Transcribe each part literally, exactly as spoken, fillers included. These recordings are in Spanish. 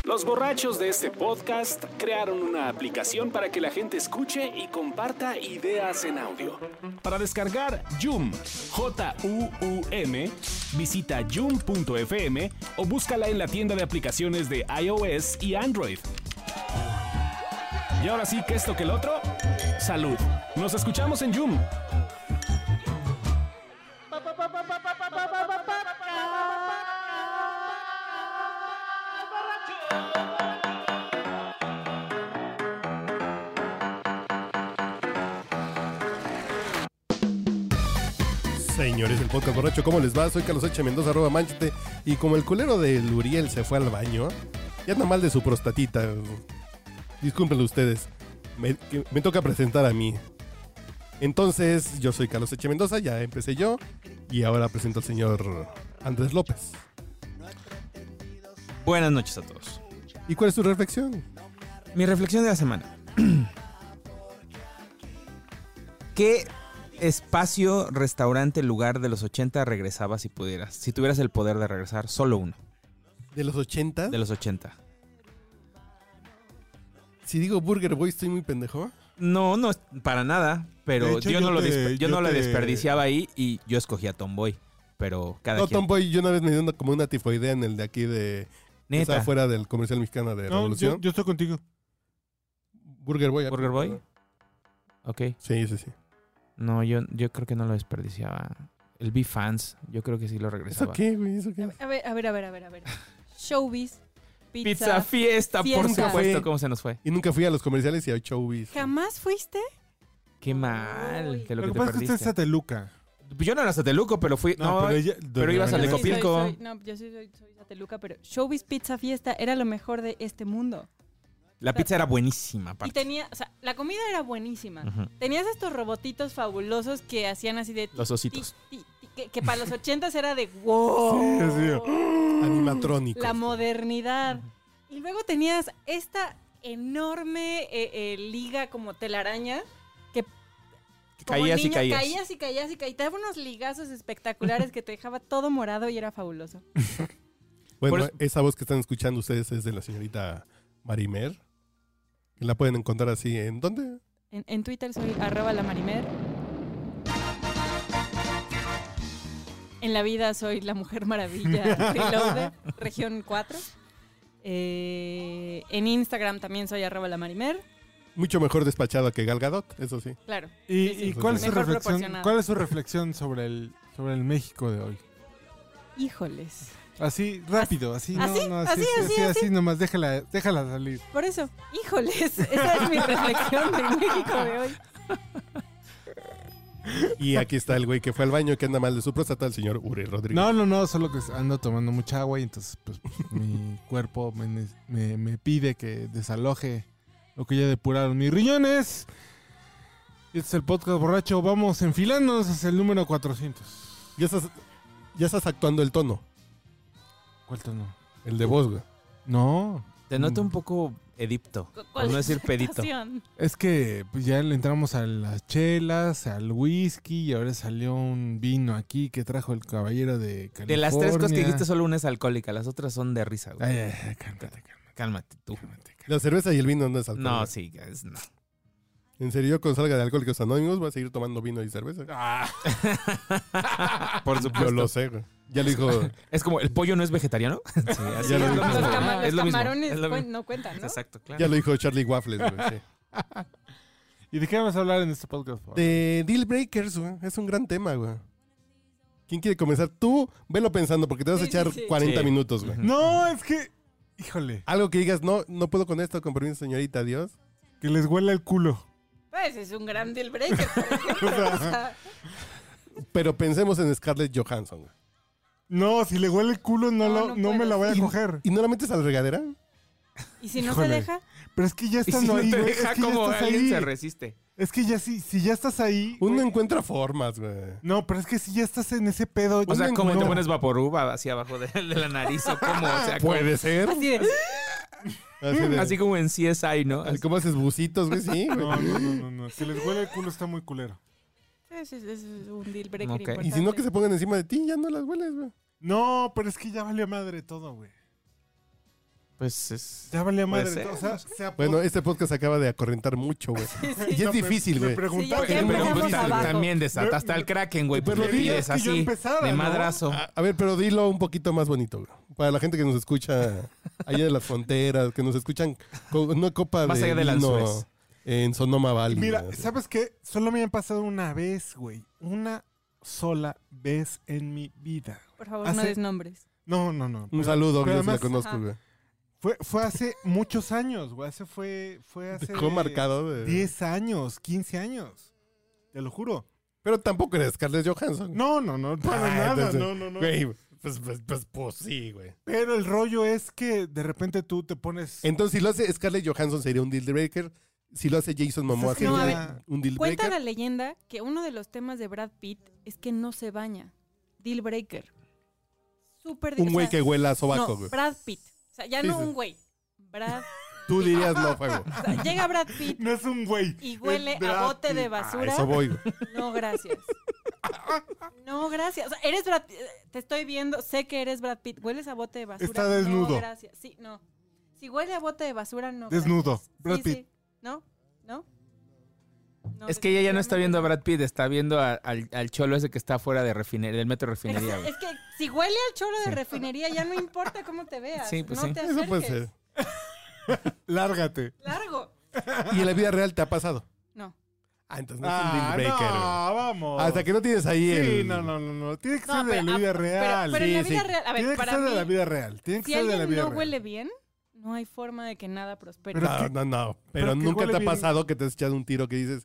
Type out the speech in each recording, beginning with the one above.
Los borrachos de este podcast crearon una aplicación para que la gente escuche y comparta ideas en audio. Para descargar Joom, J U U M, visita joom punto f m o búscala en la tienda de aplicaciones de iOS y Android. Y ahora sí que esto que el otro, salud. Nos escuchamos en Joom. Señores, el podcast borracho, ¿cómo les va? Soy Carlos H. Mendoza, arroba manchete. Y como el culero de Luriel se fue al baño, ya anda mal de su prostatita. Discúlpenlo ustedes. Me, que, me toca presentar a mí. Entonces, yo soy Carlos H. Mendoza, ya empecé yo. Y ahora presento al señor Andrés López. Buenas noches a todos. ¿Y cuál es tu reflexión? Mi reflexión de la semana. ¿Qué espacio, restaurante, lugar de los ochenta regresabas si pudieras? Si tuvieras el poder de regresar, solo uno. ¿De los ochenta? De los ochenta. Si digo Burger Boy, ¿estoy muy pendejo? No, no, para nada. Pero hecho, yo, no yo lo te- despe- yo yo no lo te- desperdiciaba ahí y yo escogía Tomboy. Pero cada No, quien. Tomboy, yo una vez me dio una, como una tifoidea en el de aquí de... Neta. O sea, fuera del comercial mexicano de No, Revolución. yo, yo estoy contigo. Burger Boy. ¿Burger Boy? Ok. Sí, sí, sí. No, yo, yo creo que no lo desperdiciaba. El B-Fans, yo creo que sí lo regresaba. ¿Eso qué, güey? ¿Eso qué? A ver, a ver, a ver, a ver, a ver. Showbiz, pizza. Pizza fiesta, por Fiesta. supuesto. ¿Cómo se nos fue? Y nunca fui a los comerciales y a Showbiz. ¿Jamás fuiste? Qué mal Uy. de lo, Lo que que te pasa es que perdiste. usted es Sateluca. Yo no era Sateluco, pero fui... No, pero, ella- ibas al doña de Sí, soy- Copilco. soy- no, yo sí soy, soy Sateluca, pero Showbiz Pizza Fiesta era lo mejor de este mundo. la pizza era buenísima, Y aparte. tenía, o sea, la comida era buenísima. Ujú. Tenías estos robotitos fabulosos que hacían así de... Los ositos. ti, ti, ti, que, que para los ochentas era de wow. Sí, sí. Animatrónico. La modernidad. Y luego tenías esta enorme eh, eh, liga como telaraña que como Caías y niño, caías. caías y caías y caías. Te daba unos ligazos espectaculares que te dejaba todo morado y era fabuloso. Bueno, Por eso- esa voz que están escuchando ustedes es de la señorita Marimer. La pueden encontrar así en ¿dónde? En, en Twitter soy arroba la marimer. En la vida soy la Mujer Maravilla Reloaded, región cuatro. Eh, en Instagram también soy arroba la marimer. Mucho mejor despachada que Gal Gadot, eso sí. Claro. ¿Y, Sí, sí. y cuál es su Mejor reflexión? proporcionado. ¿Cuál es su reflexión sobre el sobre el México de hoy? Híjoles. Así rápido, así, no, ¿Así? no, ¿Así, así, así, así? nomás déjala, déjala salir. Por eso, híjoles, esa es mi reflexión del México de hoy. Y aquí está el güey que fue al baño que anda mal de su próstata, el señor Uri Rodríguez. No, no, no, solo que ando tomando mucha agua y entonces pues mi cuerpo me, me, me pide que desaloje lo que ya depuraron mis riñones. Este es el podcast borracho, vamos enfilándonos hacia el número cuatrocientos. Ya estás, ya estás actuando el tono, ¿Cuál tono? el de voz, güey. No, Te noto un poco edipto, por no decir pedito. situación? es que pues, ya le entramos a las chelas, al whisky y ahora salió un vino aquí que trajo el caballero de California. De las tres cosas que dijiste, solo una es alcohólica, las otras son de risa, güey. Ay, ay, ay, cálmate, cálmate, Cálmate tú. cálmate, cálmate. La cerveza y el vino no es alcohol. No, güey. sí, es, no. En serio, yo cuando salga de Alcohólicos Anónimos voy a seguir tomando vino y cerveza. Por Yo supuesto. lo sé, güey. Ya lo dijo. Es como, ¿el pollo no es vegetariano? Sí, así Ya es lo lo dijo. mismo. Los, Ah, cama- los Es lo mismo, camarones es lo cuen- mismo. no cuentan, ¿no? Exacto, claro. Ya lo dijo Charlie Waffles, güey. Sí. ¿Y de qué vamos a hablar en este podcast? por favor? De Deal Breakers, güey. Es un gran tema, güey. ¿Quién quiere comenzar? Tú, velo pensando, porque te vas a Sí, echar sí, sí. cuarenta Sí. minutos, güey. No, es que, híjole, Algo que digas, no, no puedo con esto, con permiso, señorita, adiós. que les huela el culo. Pues es un gran deal breaker, por ejemplo. O sea, Pero pensemos en Scarlett Johansson, güey. No, si le huele el culo no, No, lo, no no me puedo. la voy a ¿Y- coger. ¿Y no la metes a la regadera? y si no Híjole. se deja, Pero es que ya Y estando si no ahí, te güey, deja es que ya como estás alguien ahí. se resiste. Es que ya sí, si ya estás ahí. Uno güey. encuentra formas, güey. No, pero es que si ya estás en ese pedo. O sea, no, como no. te pones vaporruba hacia abajo de, de la nariz o como, o sea, como- Puede ser. así de... Así, de- así como en C S I, ¿no? así como haces bucitos, güey, sí, güey. No, no, no, no, no. Que les huele el culo está muy culero. Es, es- es un deal breaker Ok. importante. Y si no, que se pongan encima de ti, ya no las hueles, güey. No, pero es que ya vale madre todo, güey. Pues es... Ya valía Puede madre. ser. O sea, se apod- Bueno, este podcast acaba de acorrentar mucho, güey. Y es No, difícil, me- güey. Me preguntaba Sí, ya- ya que- Pero empezamos pues, ta- abajo. también desataste al Kraken, güey. Pues Pero le digas pides que yo así, empezara, de ¿no? madrazo. A, a ver, pero dilo un poquito más bonito, güey. Para la gente que nos escucha allá de las fronteras, que nos escuchan con una copa Más de allá de las vino Suez. en Sonoma Valley. Mira, güey. ¿sabes qué? Solo me han pasado una vez, güey. Una sola vez en mi vida. Por favor, Hace- no des nombres. No, no, no. Un pero- saludo, pero yo sí la además, conozco, Ajá. güey. Fue, fue hace muchos años, güey. Hace fue, fue hace... Dejó marcado. de- diez años, quince años. Te lo juro. Pero tampoco eres Scarlett Johansson. No, no, no, para Ah, nada. entonces, no, no, no. Güey, pues, pues, pues, pues sí, güey. Pero el rollo es que de repente tú te pones... Entonces, si lo hace Scarlett Johansson sería un deal breaker. Si lo hace Jason Momoa Es que no, sería a ver. un deal Cuenta breaker. la leyenda que uno de los temas de Brad Pitt es que no se baña. Deal breaker. Súper Un o güey sea, que huela a sobaco, No, güey. Brad Pitt. O sea, ya Sí, no sí. un güey. Brad. Tú dirías no, juego. O sea, llega Brad Pitt No es un güey. y huele es a Brad bote de Pitt. A basura. eso voy, güey. No, gracias. No, gracias. O sea, eres Brad Pitt. Te estoy viendo, sé que eres Brad Pitt. ¿Hueles a bote de basura? Está desnudo. No, gracias. Sí, no. Si huele a bote de basura, no. Desnudo. gracias. Brad Sí, Pitt. sí. ¿No? ¿No? No, Es que ella ya no está viendo a definitivamente Brad Pitt, está viendo a- al, al cholo ese que está fuera de refinería, del metro no. refinería, Es, güey. es que si huele al cholo de Sí. refinería, ya no importa cómo te veas. Sí, pues no sí. te Eso acerques. puede ser. Lárgate. Largo. ¿Y en la vida real te ha pasado? No. Ah, entonces no es un deal Ah, breaker, güey. no, vamos. Hasta que no tienes ahí Sí, el... no, no, no, no. Tiene que No, ser de pero- la vida ah, real. Pero, pero en la Sí, vida sí. real, a ver, Tiene que para ser mí, de la vida real. Tiene que si ser de la alguien vida no real. huele bien, no hay forma de que nada prospere. Pero- No, que- no, no. Pero, pero que nunca huele te ha bien. pasado que te has echado un tiro que dices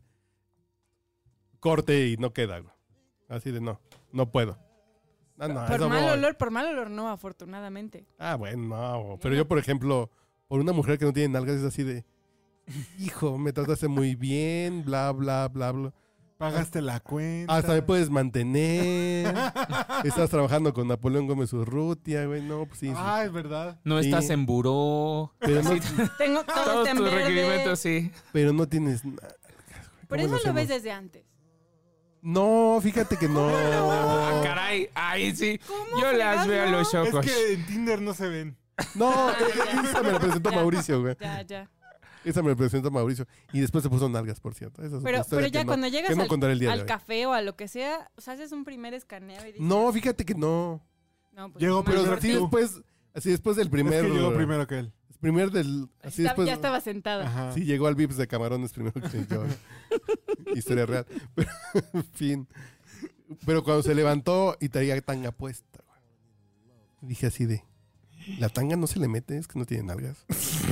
corte y no queda, güey. Así de no, no puedo. No, no, por eso mal voy. olor, por mal olor no, afortunadamente. Ah, bueno, no. Pero yo, por ejemplo, por una mujer que no tiene nalgas es así de hijo, me trataste muy bien, bla, bla, bla, bla. Pagaste la cuenta. Hasta me puedes mantener. Estás trabajando con Napoleón Gómez Urrutia, güey. No, pues sí. sí. Ah, es verdad. No Sí. estás en buró. Pero, no, Tengo todo Todos está en tus verde. requerimientos, sí. pero no tienes nalgas, güey. Pero ¿Cómo eso lo hacemos? ves desde antes. No, fíjate que no. Ah, caray. Ay, sí. ¿Cómo Yo las fregas, veo a no? los Es ojos. que en Tinder no se ven. No, eh, eh, esa me la presentó Ya. Mauricio, güey. Ya, ya. Esa me la presentó Mauricio. Y después se puso nalgas, por cierto. Esa es otra Pero, historia pero ya que no- cuando llegas que no al, contaré el día de al hoy. café o a lo que sea, o sea, haces un primer escaneo y dices... No, fíjate que no. no, pues, Llegó mal Pero primero por así ti. tú. después, así después del primer. Es que llegó primero que él. Primer del. Así Está- después. ya estaba sentada. Ajá. Sí, llegó al Vips de Camarones primero que yo. Historia real. Pero, en fin. Pero cuando se levantó y traía tanga puesta, güey. Dije así de. La tanga no se le mete, es que no tiene nalgas.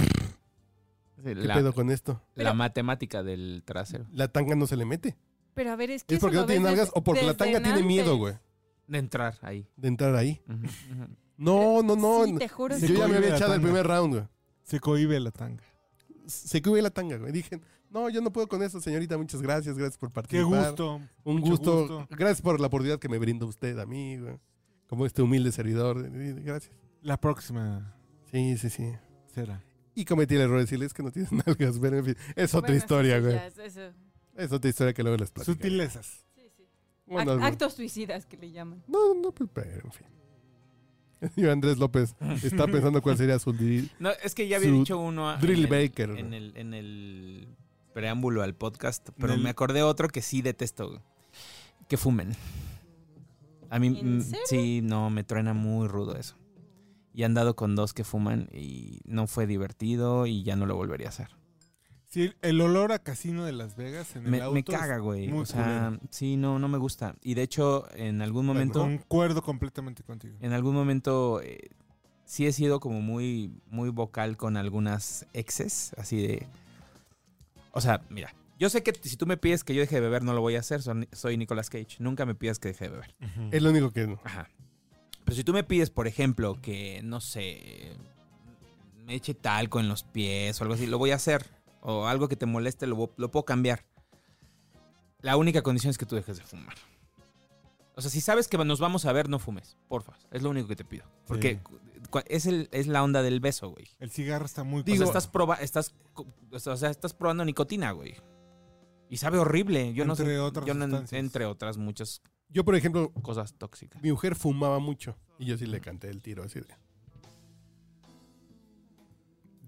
Sí, ¿Qué la, pedo con esto? la Pero- matemática del trasero. La tanga no se le mete. Pero a ver, es que ¿Es eso porque lo no tiene ves nalgas desde- o porque la desde tanga tiene antes. miedo, güey? De entrar ahí. De entrar ahí. Ujú, ujú. No, no, no. Sí, te juro. Yo Se ya me cohibe había la echado el tanga. primer round, güey. Se cohibe la tanga. Se cubre la tanga, güey. Dije, no, yo no puedo con eso, señorita. Muchas gracias. Gracias por Qué participar. gusto. Un mucho gusto. gusto. Gracias por la oportunidad que me brinda usted a mí, güey. Como este humilde servidor. Gracias. La próxima Sí, sí, sí. será. Y cometí el error de decirles que no tienes nalgas. Pero en fin, es otra Bueno, historia, sí, güey. ya, es eso. Es otra historia que luego les platico. Sutilezas. Sí, sí. Bueno, Ac- no, actos suicidas que le llaman. no, no, pues, pero en fin. Yo, Andrés López, está pensando cuál sería su di- No, es que ya había Su dicho uno a- drill en, el, baker. en, el, en el preámbulo al podcast, pero En el- me acordé otro que sí detesto, güey. Que fumen. A mí, ¿En mm, serio? sí, no, me truena muy rudo eso. Y he andado con dos que fuman y no fue divertido y ya no lo volvería a hacer. Sí, el olor a casino de Las Vegas en el Me, auto. me es caga, güey. muy O sea, culero. sí, no, no me gusta. Y de hecho, en algún momento... Concuerdo completamente contigo. En algún momento eh, sí he sido como muy, muy vocal con algunas exes, así de... O sea, mira, yo sé que si tú me pides que yo deje de beber, no lo voy a hacer, son- soy Nicolas Cage. Nunca me pidas que deje de beber. Es lo único que no. Ajá. Pero si tú me pides, por ejemplo, que, no sé, me eche talco en los pies o algo así, lo voy a hacer. O algo que te moleste, lo, vo- lo puedo cambiar. La única condición es que tú dejes de fumar. O sea, si sabes que nos vamos a ver, no fumes, porfa. Es lo único que te pido. Porque cu- es, el, es la onda del beso, güey. El cigarro está muy... O sea, Digo- estás, proba estás, co- o sea, estás probando nicotina, güey. Y sabe horrible. Yo no Entre sé, otras yo no- sustancias. entre otras muchas Yo, por ejemplo, cosas tóxicas. mi mujer fumaba mucho. Y yo sí le canté el tiro así de.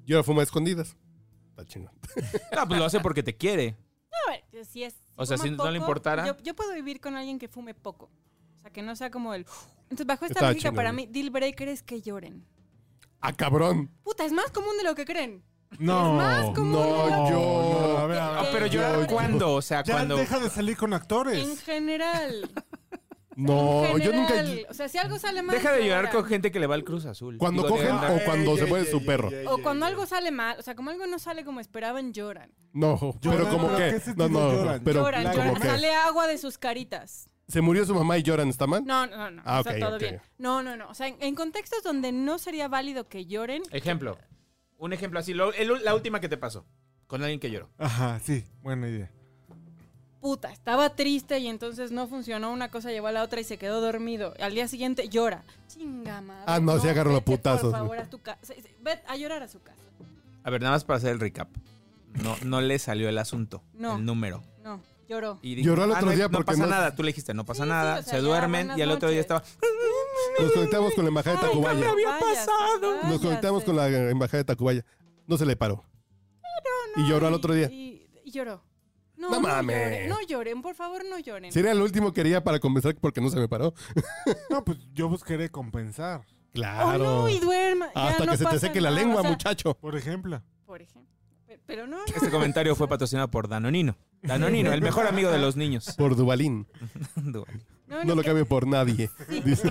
Yo la fumo a escondidas. Está chingón. No, pues lo hace porque te quiere. A ver, si es, si O sea, fuma si no le poco, importara. Yo, yo puedo vivir con alguien que fume poco. O sea, que no sea como el... Entonces, bajo esta Está lógica, chingón. para mí, deal breaker es que lloren. ¡Ah, cabrón! Puta, es más común de lo que creen. No. Es más común no, de lo que yo- No, a ver, a ver. Ah, pero Yo- llorar yo- cuándo? O sea, Ya cuando. deja de salir con En actores. general. No, en yo nunca... general. O sea, si algo sale mal... Deja de llorar llora. con gente que le va al Cruz Azul. Cuando Digo, de cogen verdad. o cuando se muere Ey, su ey, perro. ey, ey, O cuando ey, algo ey. sale mal. O sea, como algo no sale como esperaban, lloran. No, pero Lloran, como pero que... ¿qué sentido No, no, lloran? pero lloran, la- lloran. como que... Sale agua de sus caritas. ¿Se murió su mamá y lloran? ¿Está mal? No, no, no. Ah, o sea, ok, todo ok. bien. No, no, no. O sea, en, en contextos donde no sería válido que lloren... Ejemplo. Un ejemplo así. lo- el- la última que te pasó. Con alguien que lloró. Ajá, sí, buena idea. Puta, estaba triste y entonces no funcionó, una cosa llevó a la otra y se quedó dormido. Al día siguiente llora. Chinga madre. Ah, no, sí agarró los vete, putazos. Por favor, a tu casa. Vete a llorar a su casa. A ver, nada más para hacer el recap. No, no le salió el asunto. No. El número. No, lloró. Y Lloró al otro no, hay- día no porque pasa no- nada. Tú le dijiste, no pasa Sí, sí, nada. o sea, se ya, duermen buenas y al otro día noches. estaba. Nos conectamos con la embajada de Tacubaya. había Váyase, pasado. Nos conectamos con la embajada de Tacubaya. No se le paró. Y lloró al otro día. Y, y lloró. No, No no, mames. lloren, no lloren, por favor, no lloren. Sería el último que quería para compensar porque no se me paró. No, pues yo buscaré compensar. Oh, Claro. no, y duerma. Ya Hasta no que se te pasa seque la nada, lengua, o sea, muchacho. Por ejemplo. Por ejemplo. Pero, pero no, no. Este comentario fue patrocinado por Danonino. Danonino, el mejor amigo de los niños. Por Dubalín. No, No no, lo que, cambio por nadie. Dice.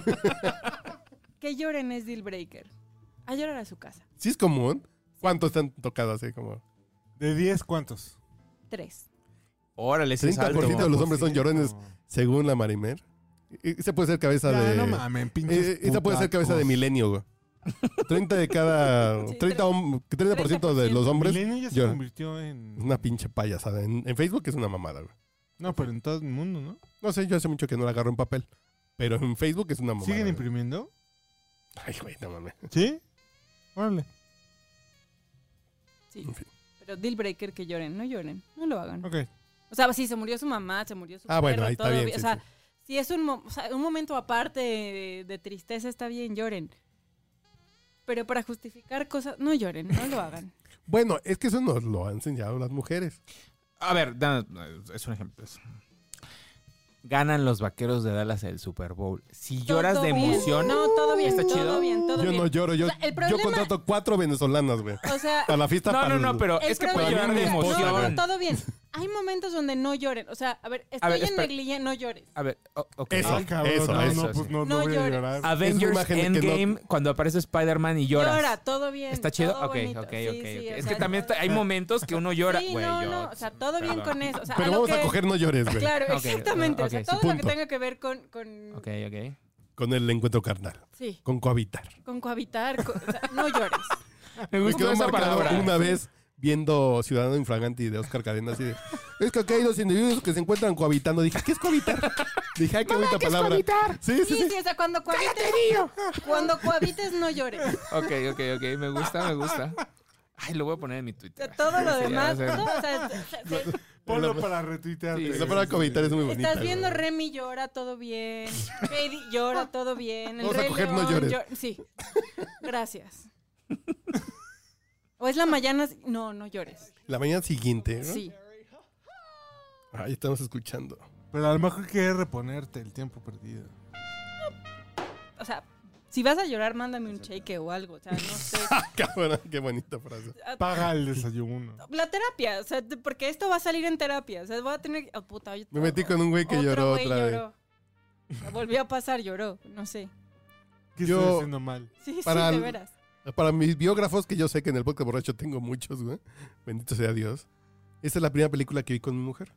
que lloren es deal breaker. A llorar a su casa. ¿Sí es común? ¿Cuántos te han tocado así como? ¿De diez cuántos? Tres. Órale, sí es treinta por ciento alto. de los hombres son llorones, según la Marimer. Y- Esa puede ser cabeza Ya, de... no mames, pinches Eh, esa puede ser cabeza de putacos. milenio, güey. treinta de cada... Sí, treinta, hom- treinta por ciento de los hombres... Milenio ya se lloran. convirtió en... Una pinche payasada. En, en Facebook es una mamada, güey. No, pero en todo el mundo, ¿no? No sé, yo hace mucho que no la agarro en papel. Pero en Facebook es una mamada. ¿Siguen güey. imprimiendo? Ay, güey, no mames. ¿Sí? Órale. Sí. En fin. Pero deal breaker que lloren. No lloren. No lo hagan. Ok. O sea, sí, se murió su mamá, se murió su Ah, bueno, perro, ahí está todo bien, bien. sí, o sea, sí. si es un, mo- o sea, un momento aparte de, de tristeza, está bien, lloren. Pero para justificar cosas, no lloren, no lo hagan. Bueno, es que eso nos lo han enseñado las mujeres. A ver, da- es un ejemplo. es- Ganan los vaqueros de Dallas el Super Bowl. Si lloras Todo de bien. emoción. No, todo bien, ¿Está todo chido? bien, todo Yo bien. no lloro, yo, O sea, el yo problema- contrato cuatro venezolanas, güey. O sea, Para la fiesta. No, para no, el- no, pero el es que problema- puede llorar de mi esposa, No, no, emoción. todo bien. Hay momentos donde no lloren. O sea, a ver, estoy ver, en espera. negligente, no llores. A ver, o- ok. Eso. Ay, cabrón, eso, no, eso, no, pues sí. no, no, No voy a llores. llorar. Avengers imagen de que no- Endgame, cuando aparece Spider-Man y lloras. Llora, todo bien. ¿Está chido? todo Ok, bonito. ok, ok. Sí, ok. sí, o Es sea, que también todo- está- hay momentos que uno llora. Sí, Güey, no, yo- no, o sea, todo bien perdón. con eso. O sea, Pero a lo vamos a que- coger no llores, güey. Claro, Ok, exactamente. ok, o sea, sí, todo lo que punto. tenga que ver con, con Ok, ok. Con el encuentro carnal. sí, Con cohabitar. con cohabitar, con- o sea, no llores. Me Me gustó quedó esa marcado palabra. una vez viendo Ciudadano Infraganti de Oscar Cadena así de, es que acá hay dos individuos que se encuentran cohabitando. Dije, ¿qué es cohabitar? Dije, ay, qué bonita palabra. Sí, sí, Sí, sí. sí, o sea, cuando cohabites, cuando cohabites no llores. Ok, ok, ok. Me gusta, me gusta. Ay, lo voy a poner en mi O Twitter. sea, todo lo Sí, ya demás, sé. todo, o sea, se- se- Ponlo para retuitear. Sí, Esa palabra cohabitar es muy bonita. estás viendo güey. Remy llora, todo bien. Heidi llora, todo bien. El Vamos a Rey coger, no León llores. llora- Sí, gracias. ¿O es la mañana? No, no llores. La mañana siguiente, ¿no? Sí. Ay, estamos escuchando. Pero a lo mejor quieres reponerte el tiempo perdido. O sea, si vas a llorar, mándame un cheque o algo. O sea, no sé. Cabrón, qué bonita frase. Paga el desayuno. La terapia, o sea, porque esto va a salir en terapia. O sea, voy a tener. Oh, puta, yo- Me metí con un güey que otro lloró güey otra vez. lloró. Volvió a pasar, lloró. No sé. ¿Qué Yo- estoy haciendo mal? Sí, Para sí, de el- veras. Para mis biógrafos, que yo sé que en el podcast borracho tengo muchos, güey. Bendito sea Dios. Esta es la primera película que vi con mi mujer.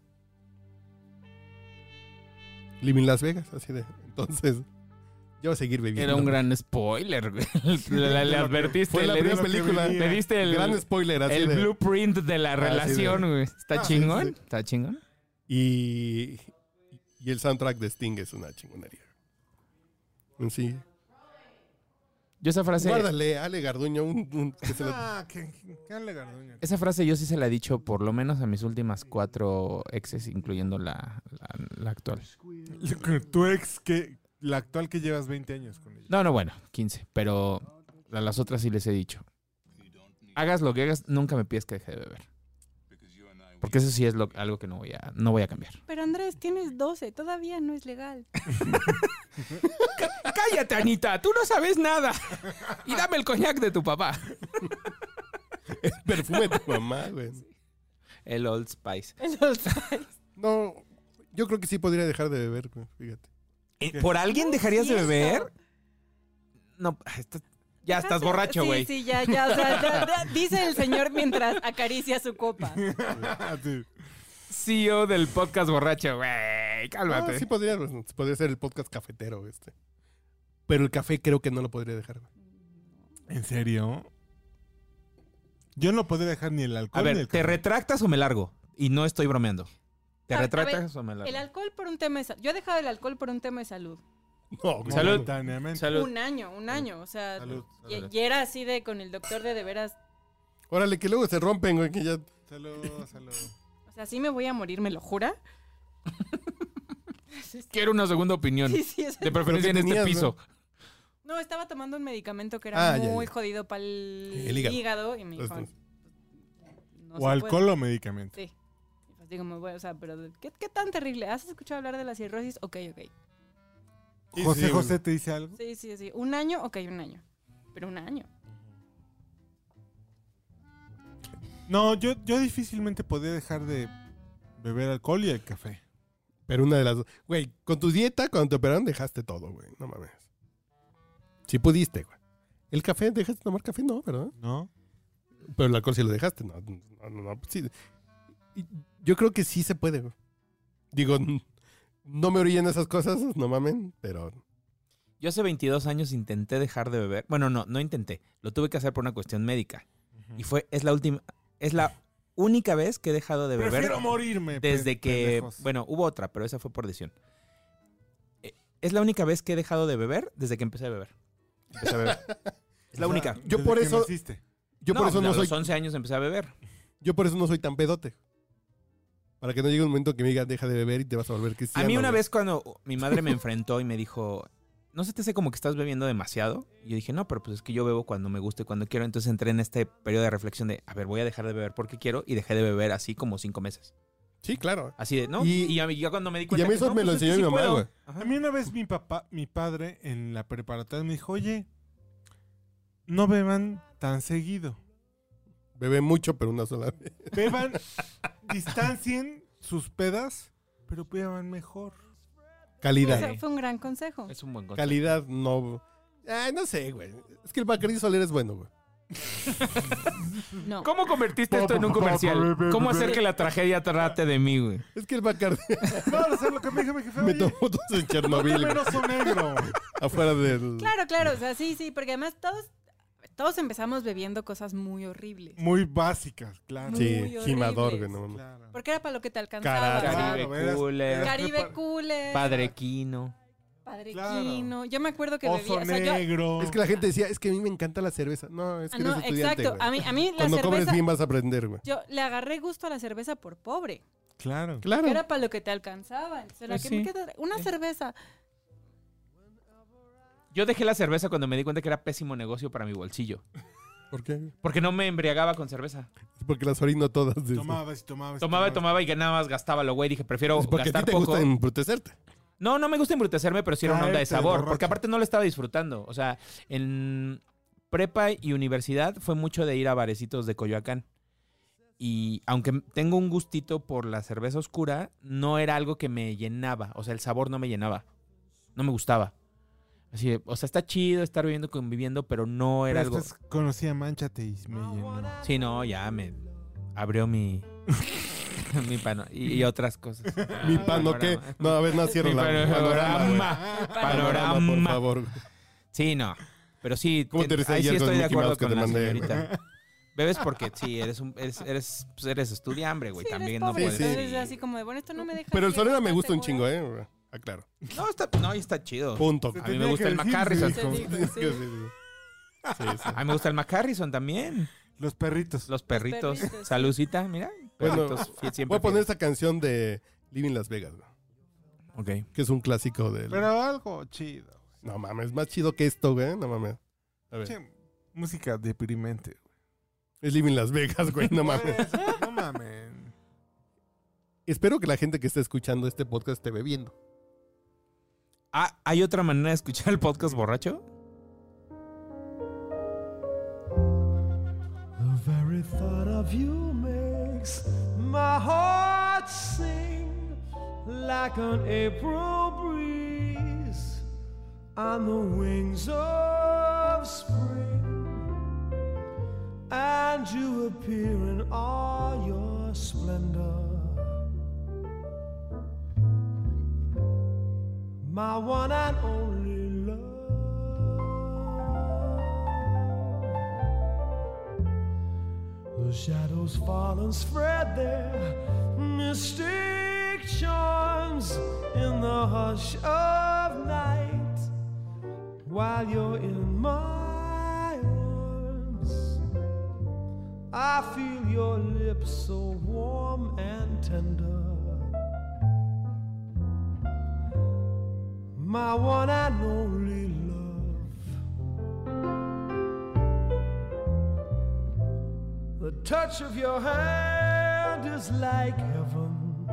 Living Las Vegas, así de. Entonces, yo voy a seguir bebiendo. Era un gran spoiler, güey. Le, le advertiste. Fue la le primera diste- película. Le diste el, Gran spoiler, así el de. blueprint de la Así relación, de- güey. ¿Está Ah, chingón? sí, sí. ¿Está chingón? Y, y el soundtrack de Sting es una chingonería. Sí. Yo esa frase... Guárdale, Ale Garduño, un, un- que se lo- Ah, qué, qué alegardoña. Esa frase yo sí se la he dicho por lo menos a mis últimas cuatro exes, incluyendo la, la, la actual. Tu ex, que la actual que llevas veinte años con ella. No, no, bueno, quince. Pero a las otras sí les he dicho. hagas lo que hagas, nunca me pides que deje de beber. Porque eso sí es lo, algo que no voy a, no voy a cambiar. Pero Andrés, tienes doce, todavía no es legal. ¡Cállate, Anita! ¡Tú no sabes nada! Y dame el coñac de tu papá. El perfume de tu mamá, güey. El Old Spice. El Old Spice. No, yo creo que sí podría dejar de beber, güey, fíjate. Eh, ¿Por alguien No, dejarías de cierto. beber? No, estás- ya estás borracho, güey. Sí, sí, ya, ya, o sea, ya, ya, dice el señor mientras acaricia su copa. Sí. C E O del podcast borracho, güey. No, Cálmate. sí podría, pues, podría ser el podcast cafetero, este. Pero el café creo que no lo podría dejar, güey. ¿En serio? Yo no podría dejar ni el alcohol A ni ver, el ¿te café. retractas o me largo? Y no estoy bromeando. ¿Te A- a retractas ver, o me largo? El alcohol por un tema de salud. Yo he dejado el alcohol por un tema de salud. No, güey. Salud. Momentáneamente. Salud. Un año, un año. O sea, Salud. y, Salud. y era así de con el doctor de de veras. Órale, que luego se rompen, güey, que ya... Salud, salud. O sea, sí me voy a morir, ¿me lo jura? Quiero una segunda opinión. Sí, sí, o sea, De preferencia en ¿Pero qué este tenías, piso. no, estaba tomando un medicamento que era Ah, ya, muy ya. jodido para el, El hígado. hígado. Y me dijo, Entonces, no O se alcohol puede. o medicamento. Sí. Y pues digo, me voy, o sea, pero ¿qué, ¿qué tan terrible? ¿Has escuchado hablar de la cirrosis? Ok, ok. Sí, José sí, José te dice algo. Sí, sí, sí. ¿Un año? Ok, un año. Pero un año. No, yo, yo difícilmente podría dejar de beber alcohol y el café. Pero una de las dos. Güey, con tu dieta, cuando te operaron, dejaste todo, güey. No mames. Sí pudiste, güey. El café, ¿dejaste de tomar café? No, ¿verdad? ¿No? Pero el alcohol sí lo dejaste. No, no, no. no, sí. Y yo creo que sí se puede, güey. Digo, n- no me orillen esas cosas, no mamen, pero... Yo hace veintidós años intenté dejar de beber. Bueno, no, no intenté. Lo tuve que hacer por una cuestión médica. Y fue, es la última, es la única vez que he dejado de beber. Prefiero morirme. Desde pe- que, pendejos. bueno, hubo otra, pero esa fue por decisión. Eh, Es la única vez que he dejado de beber desde que empecé a beber. Empecé a beber. Es la O sea, única. Yo desde por que eso- naciste. Yo por eso a no soy... los once años empecé a beber. Yo por eso no soy tan pedote. Para que no llegue un momento que me diga, deja de beber y te vas a volver A cristiano. mí una güey. vez cuando mi madre me enfrentó y me dijo, ¿no se te hace como que estás bebiendo demasiado? Y yo dije, no, pero pues es que yo bebo cuando me gusta y cuando quiero. Entonces entré en este periodo de reflexión de, a ver, voy a dejar de beber porque quiero. Y dejé de beber así como cinco meses. Sí, claro. Así de, ¿no? Y- Y, a mí- ya cuando me di Y cuenta a mí que, eso no, me lo pues es que enseñó sí mi mamá, puedo. güey. Ajá. A mí una vez mi papá, mi padre en la preparatoria me dijo, oye, no beban tan seguido. Bebé mucho, pero una sola vez. Beban, distancien sus pedas, pero beban mejor. Calidad. Ese fue un gran consejo. Es un buen consejo. Calidad no... Ay, no sé, güey. Es que el Bacardí Soler es bueno, güey. No. ¿Cómo convertiste esto en un comercial? ¿Cómo hacer que la tragedia trate de mí, güey? Es que el Bacardí... No, o sea, lo que me dijo mi jefe, me oye, tomó fotos en no Chernobyl, tomen güey, oso negro. afuera del... Claro, claro, o sea, sí, sí, porque además todos, todos empezamos bebiendo cosas muy horribles. Muy básicas, claro. Sí, muy gimador, horribles. güey, no mames. Claro. Porque era para lo que te alcanzaba. Carajo. Caribe Claro, eras- Cooler, eras- Caribe prepar- Cooler. Padre Quino. Padre Claro. Quino. Yo me acuerdo que Oso bebía. O sea, yo, negro. Es que la gente decía, es que a mí me encanta la cerveza. No, es que ah, no, eres estudiante, exacto. güey. A mí, a mí la Cuando cobres cerveza. bien vas a aprender, güey. Yo le agarré gusto a la cerveza por pobre. Claro. Claro. Que era para lo que te alcanzaba. Entonces, era Pues que sí. me queda- una cerveza. Yo dejé la cerveza cuando me di cuenta que era pésimo negocio para mi bolsillo. ¿Por qué? Porque no me embriagaba con cerveza. Es porque las orino todas. de- Tomabas y tomabas. y Tomaba y tomaba y nada más gastaba lo güey. Dije, prefiero Es porque a ti gastar te poco. gusta embrutecerte. No, no me gusta embrutecerme, pero sí era una onda de Caerte sabor. borracho. Porque aparte no lo estaba disfrutando. O sea, en prepa y universidad fue mucho de ir a barecitos de Coyoacán. Y aunque tengo un gustito por la cerveza oscura, no era algo que me llenaba. O sea, el sabor no me llenaba. No me gustaba. Así, de, o sea, está chido estar viviendo, conviviendo, pero no era Pero algo... después conocí a Manchate y me llenó. Sí, no, ya me abrió mi... mi pano... Y, y otras cosas. Mi pano, ¿qué? No, a ver, no cierro Mi la panorama. güey. Panorama. por favor. Sí, no. Pero sí, ¿Cómo te tien- risa ahí sí ayer con estoy de Mickey acuerdo Mouse que con te la mandé? señorita. Bebes porque sí, eres un, eres, eres, pues eres estudiambre, güey. Sí, eres También pobre, no puedes. Sí, sí. entonces es así como de, bueno, esto no me deja. Pero el bien, Solera me ¿estás gusta un seguro? chingo, ¿eh? Aclaro. No, está, no, y está chido. Punto. Se A mí me tenía gusta que el decir, McCarrison. sí. Se dijo, sí. Sí, sí. A mí me gusta el McCarrison también. Los perritos. Los perritos. perritos. Salucita, mira. Bueno, Perritos, fie- siempre Voy a poner fieles. esta canción de Living Las Vegas, güey, Ok. que es un clásico del... Pero algo chido. No mames, más chido que esto, güey. No mames. A ver. Che, música deprimente. Es Living Las Vegas, güey, no mames. No mames. Espero que la gente que esté escuchando este podcast esté bebiendo. Ah, ¿hay otra manera de escuchar el podcast borracho? The very thought of you makes my heart sing like an April breeze on the wings of spring, and you appear in all your splendor. My one and only love. The shadows fall and spread their mystic charms in the hush of night, while you're in my arms. I feel your lips so warm and tender. My one and only love. The touch of your hand is like heaven,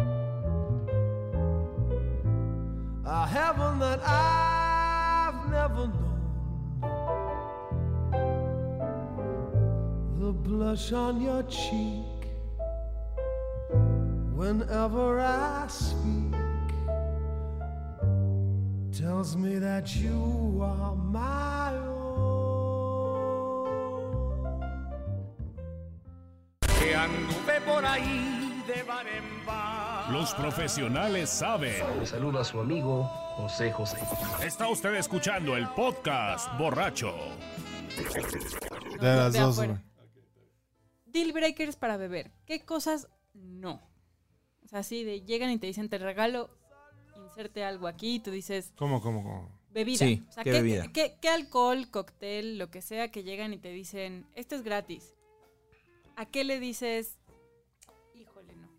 a heaven that I've never known. The blush on your cheek whenever I speak tells me that you are my own. Que anduve por ahí de bar en bar. Los profesionales saben. Le saluda a su amigo José José. Está usted escuchando el podcast borracho. De las De dos, afuera. güey. Deal breakers para beber. ¿Qué cosas no? O sea, así de llegan y te dicen, te regalo, inserte algo aquí, y tú dices, ¿Cómo, cómo, cómo? bebida. Sí, o sea, ¿qué bebida? ¿qué, qué alcohol, cóctel, lo que sea que llegan y te dicen, esto es gratis? ¿A qué le dices, híjole, no?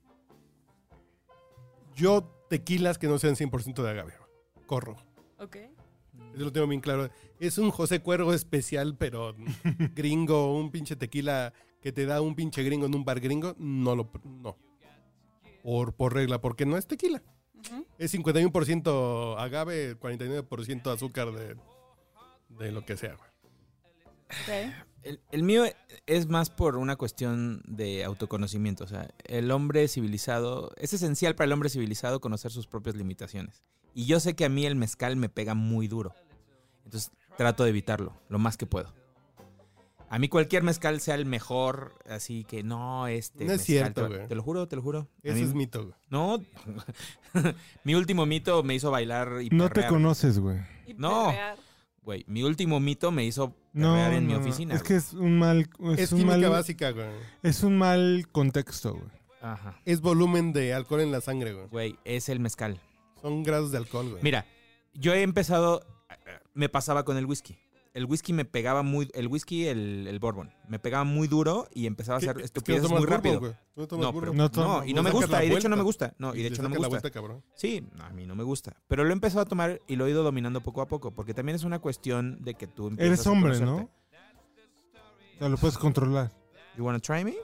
Yo, tequilas que no sean cien por ciento de agave. Corro. ¿Ok? Eso lo tengo bien claro. Es un José Cuervo especial, pero gringo, un pinche tequila que te da un pinche gringo en un bar gringo, no lo... No. Por, por regla, porque no es tequila. Ujú. Es cincuenta y uno por ciento agave, cuarenta y nueve por ciento azúcar de, de lo que sea, güey. Ok. El, el mío es más por una cuestión de autoconocimiento. O sea, el hombre civilizado, es esencial para el hombre civilizado conocer sus propias limitaciones. Y yo sé que a mí el mezcal me pega muy duro. Entonces trato de evitarlo lo más que puedo. A mí cualquier mezcal sea el mejor, así que no, este... No es mezcal cierto, te va- güey. Te lo juro, te lo juro. A Ese mí- es mito, güey. No, mi último mito me hizo bailar y No te perrear. conoces, güey. Y No. perrear. Güey, mi último mito me hizo No, perrear en mi no, oficina. Es güey. que es un mal... Es, Es un química mal, básica, güey. Es un mal contexto, güey. Ajá. Es volumen de alcohol en la sangre, güey. Güey, es el mezcal. Son grados de alcohol, güey. Mira, yo he empezado, me pasaba con el whisky. El whisky me pegaba muy, el whisky, el, el bourbon, me pegaba muy duro y empezaba a ¿Qué- hacer es que no estupideces tomas muy bourbon, rápido. güey? Tú no tomas No, bourbon. pero, No no, tomo- y no me sacas gusta, la y de hecho no me vuelta. gusta. No, y Y de le hecho no me sacas la gusta. vuelta, cabrón. Sí, a mí no me gusta. Pero lo he empezado a tomar y lo he ido dominando poco a poco, porque también es una cuestión de que tú empiezas Eres a hombre, conocerte. ¿no? O sea, lo puedes controlar. You wanna try me?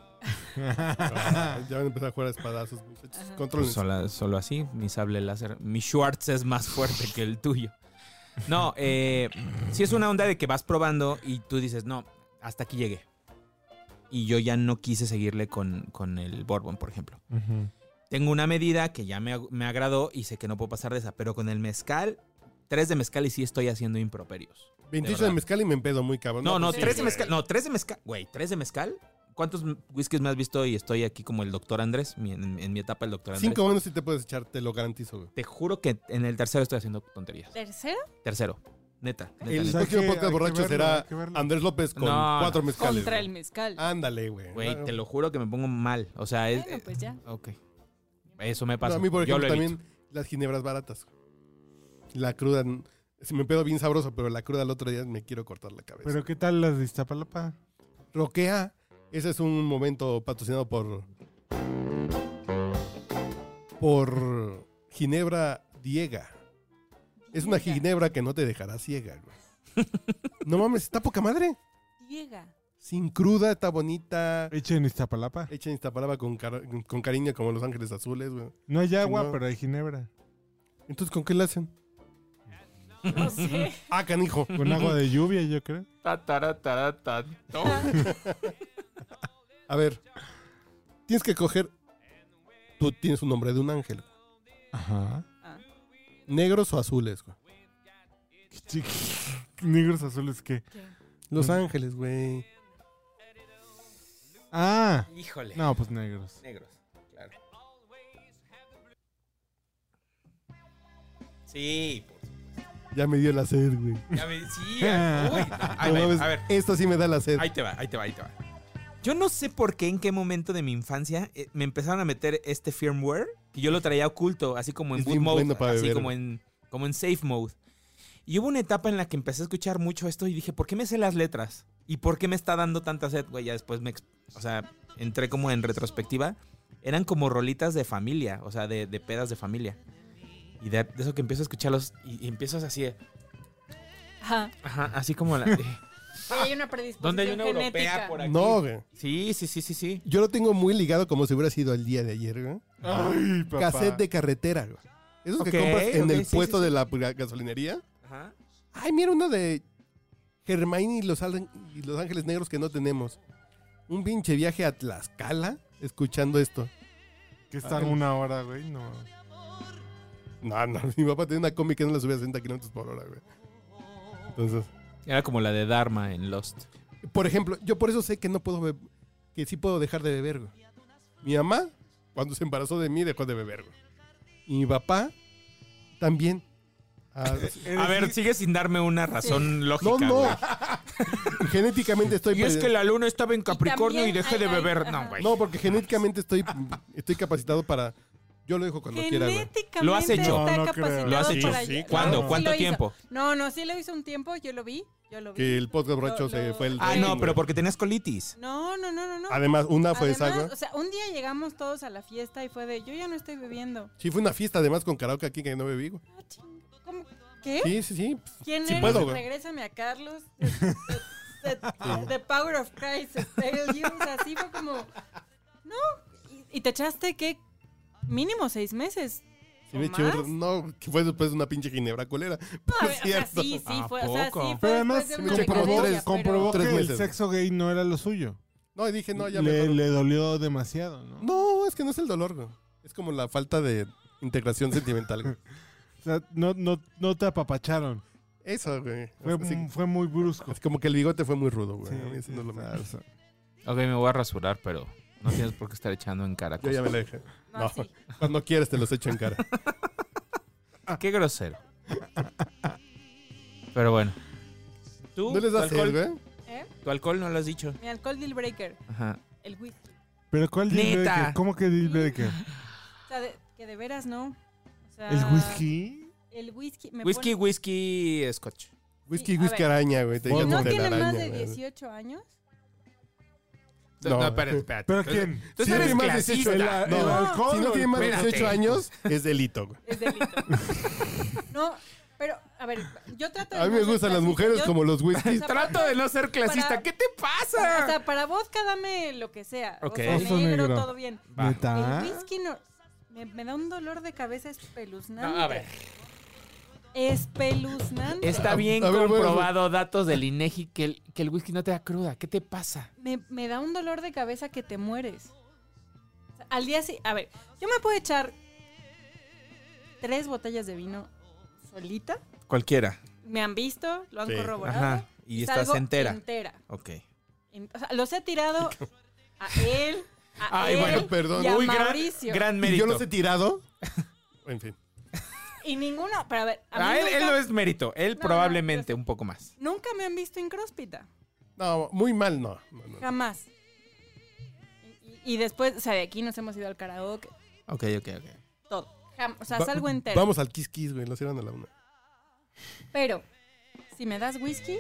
Ah, ya van a empezar a jugar a espadazos, muchachos. Ajá. Controlen. Pues solo, solo así, mi sable láser. Mi Schwartz es más fuerte que el tuyo. No, eh, sí es una onda de que vas probando y tú dices, no, hasta aquí llegué. Y yo ya no quise seguirle con, con el bourbon, por ejemplo. Ujú. Tengo una medida que ya me, me agradó y sé que no puedo pasar de esa. Pero con el mezcal, tres de mezcal y sí estoy haciendo improperios. veintiocho de de verdad. mezcal y me empedo muy cabrón. No, no, pues, tres sí, de güey. mezcal. No, tres de mezcal. Güey, tres de mezcal. ¿Cuántos whiskies me has visto? Y estoy aquí como el doctor Andrés, mi- en, en mi etapa el doctor Andrés. Cinco buenos sí te puedes echar, te lo garantizo, güey. Te juro que en el tercero estoy haciendo tonterías. ¿Tercero? Tercero. Neta. neta, El O neta. sea, próximo que- podcast hay que borracho verlo, será hay que verlo. Andrés López con No, cuatro mezcales. Contra güey. el mezcal. Ándale, güey. Güey, No, te lo juro que me pongo mal. O sea, es... Bueno, pues ya. Ok. Eso me no, pasa. a mí, por Yo ejemplo, lo también evito. las ginebras baratas. La cruda, si me pedo bien sabroso, pero la cruda el otro día me quiero cortar la cabeza. Pero ¿qué tal las de Iztapalapa? Roquea, ese es un momento patrocinado por. Por Ginebra Diega. Es una Diega. ginebra que no te dejará ciega, güey. No mames, está poca madre. Diega. Sin cruda, está bonita. Hecha en Iztapalapa. Hecha en Iztapalapa con, car- con cariño como Los Ángeles Azules, güey. No hay agua, No. pero hay ginebra. Entonces, ¿con qué la hacen? No sé. Ah, canijo. Con agua de lluvia, yo creo. Ta, tara, tara, ta, to. A ver, tienes que coger... Tú tienes un nombre de un ángel. Ajá. Ah. ¿Negros o azules, güey? ¿Qué chi- Negros azules, ¿qué? ¿Qué? Los Mm. Ángeles, güey. Ah. Híjole. No, pues negros. Negros, claro. Sí, pues. Ya me dio la sed, güey. Ya me, sí, ya- uy. Ahí No va, mames, a ver, esto sí me da la sed. ahí te va, ahí te va, ahí te va. Yo no sé por qué, en qué momento de mi infancia eh, me empezaron a meter este firmware que yo lo traía oculto, así como en Es boot bien mode, bueno para así beber, como güey. en, como en safe mode. Y hubo una etapa en la que empecé a escuchar mucho esto y dije, ¿por qué me sé las letras? ¿Y por qué me está dando tanta sed? Güey, ya después me, ex- o sea, entré como en retrospectiva. Eran como rolitas de familia, o sea, de, de pedas de familia. Y de, de eso que empiezo a escucharlos y, y empiezas así, de- Ajá. ajá, así como la... de- Sí, hay una predisposición ¿Dónde hay una genética. europea por aquí? No, güey. Sí, sí, sí, sí, sí. Yo lo tengo muy ligado como si hubiera sido el día de ayer, güey. Ay, papá. Cassette de carretera, güey. Esos Ok, que compras en ok, el sí, puesto sí, sí. de la ga- gasolinería. Ajá. Ay, mira uno de Germain y los, Al- y los Ángeles Negros que no tenemos. Un pinche viaje a Tlaxcala escuchando esto. Que están una hora, güey. No. No, no, mi papá tenía una combi que no la subía a sesenta kilómetros por hora, güey. Entonces, Era como la de Dharma en Lost. por ejemplo, yo por eso sé que no puedo beber, que sí puedo dejar de beber, güey. Mi mamá, cuando se embarazó de mí, dejó de beber, güey. Y mi papá también. Ah, A ver, sigue sin darme una razón lógica, no, no. güey. Genéticamente estoy... Y es que la luna estaba en Capricornio y, también dejé hay- de hay- beber. ajá. No, güey. No, porque genéticamente estoy, estoy capacitado para... Yo lo dejo cuando quiera, güey. Genéticamente Lo has hecho. está No, no creo. capacitado Lo has hecho. para Sí, allá. ¿Cuándo? Sí ¿Cuánto lo hizo. tiempo? No, no, sí lo hizo un tiempo, yo lo vi, yo lo vi. Que el podcast borracho Lo- se lo- fue el... Ah, rating, no, pero güey. porque tenías colitis. No, no, no, no, no. Además, una fue Además, esa, güey. o sea, un día llegamos todos a la fiesta y fue de, yo ya no estoy bebiendo. Sí, fue una fiesta además con karaoke aquí que no bebí, güey. Ah, ching, ¿cómo? ¿Qué? Sí, sí, sí. ¿Quién sí eres? puedo, güey. Regrésame a Carlos. The, the- the- the Power of Christ. Failed you. O sea, así fue como, no. Y, y te echaste, ¿qué? Mínimo seis meses. Sí, ¿O me eché más? un- no, que fue después de una pinche ginebra colera. No, a Por ver, o sea, cierto. sí, sí, ¿A fue, o sea, sí, poco? fue Pero además después de me una eché como decadencia, tres- pero- Comprobó Tres que meses. el sexo gay no era lo suyo. No, y dije, no, ya le, mejor. le dolió demasiado, ¿no? No, es que no es el dolor, güey. Es como la falta de integración sentimental, güey. O sea, no, no, no te apapacharon. Eso, güey. Fue, O sea, sí, fue muy brusco. es como que el bigote fue muy rudo, güey. Sí, A mí eso no lo o sea, Ok, me voy a rasurar, pero no tienes por qué estar echando en cara Yo ya me cosas. la dejé. No, No, sí. cuando quieres te los echo en cara. Qué grosero. Pero bueno. ¿Tú? ¿No les ¿Tu da sed, alcohol? güey? ¿Eh? Tu alcohol no lo has dicho. Mi alcohol deal breaker, Ajá. el whisky. ¿Pero cuál deal Neta. breaker? ¿Cómo que deal breaker? O sea, de- que de veras no. O sea, ¿El whisky? El whisky. Me Whisky, pone- whisky, scotch. Whisky, Sí, a whisky ver. araña, güey. Te Si Si digo no de la tiene más araña, de güey. dieciocho años, No. No, espérate, espérate. ¿Pero Entonces- quién? Tú Si no eres tiene más de dieciocho, clasista. el, no, el alcohol. si no o tiene el- más de Espérate. dieciocho años, es delito, güey. es delito. No, pero, a ver, yo trato de A mí no me ser gustan las clasista. mujeres Yo- como los o whiskies. sea, Trato de no ser clasista. para- ¿Qué te O pasa? sea, para vodka dame lo que sea. Ok. Oso Oso negro, negro. todo bien. Va. ¿Neta? El whisky no, me, me da un dolor de cabeza espeluznante. No, a ver. Espeluznante. Está bien A ver, bueno, comprobado, datos del INEGI, que el, que el whisky no te da cruda. ¿Qué te pasa? Me, me da un dolor de cabeza que te mueres. O sea, al día sí. A ver, yo me puedo echar tres botellas de vino solita. Cualquiera. Me han visto, lo han Sí. corroborado. Ajá. Y estás salgo entera. entera. Ok. En- o sea, los he tirado a él, a Ay, él bueno, perdón. y a Muy gran, Mauricio. gran Y mérito. yo los he tirado. En fin. Y ninguno, pero a ver, a mí Ah, él, nunca, él no es mérito. Él No, probablemente no, yo- un poco más. nunca me han visto incróspita. No, muy mal, no. no, no. Jamás. Y, y- y después, o sea, de aquí nos hemos ido al karaoke, Ok, ok, ok. todo. Jam- o sea, Va- salgo entera. Vamos al Kiss Kiss, güey. Lo hicieron a la una. Pero, si me das whisky,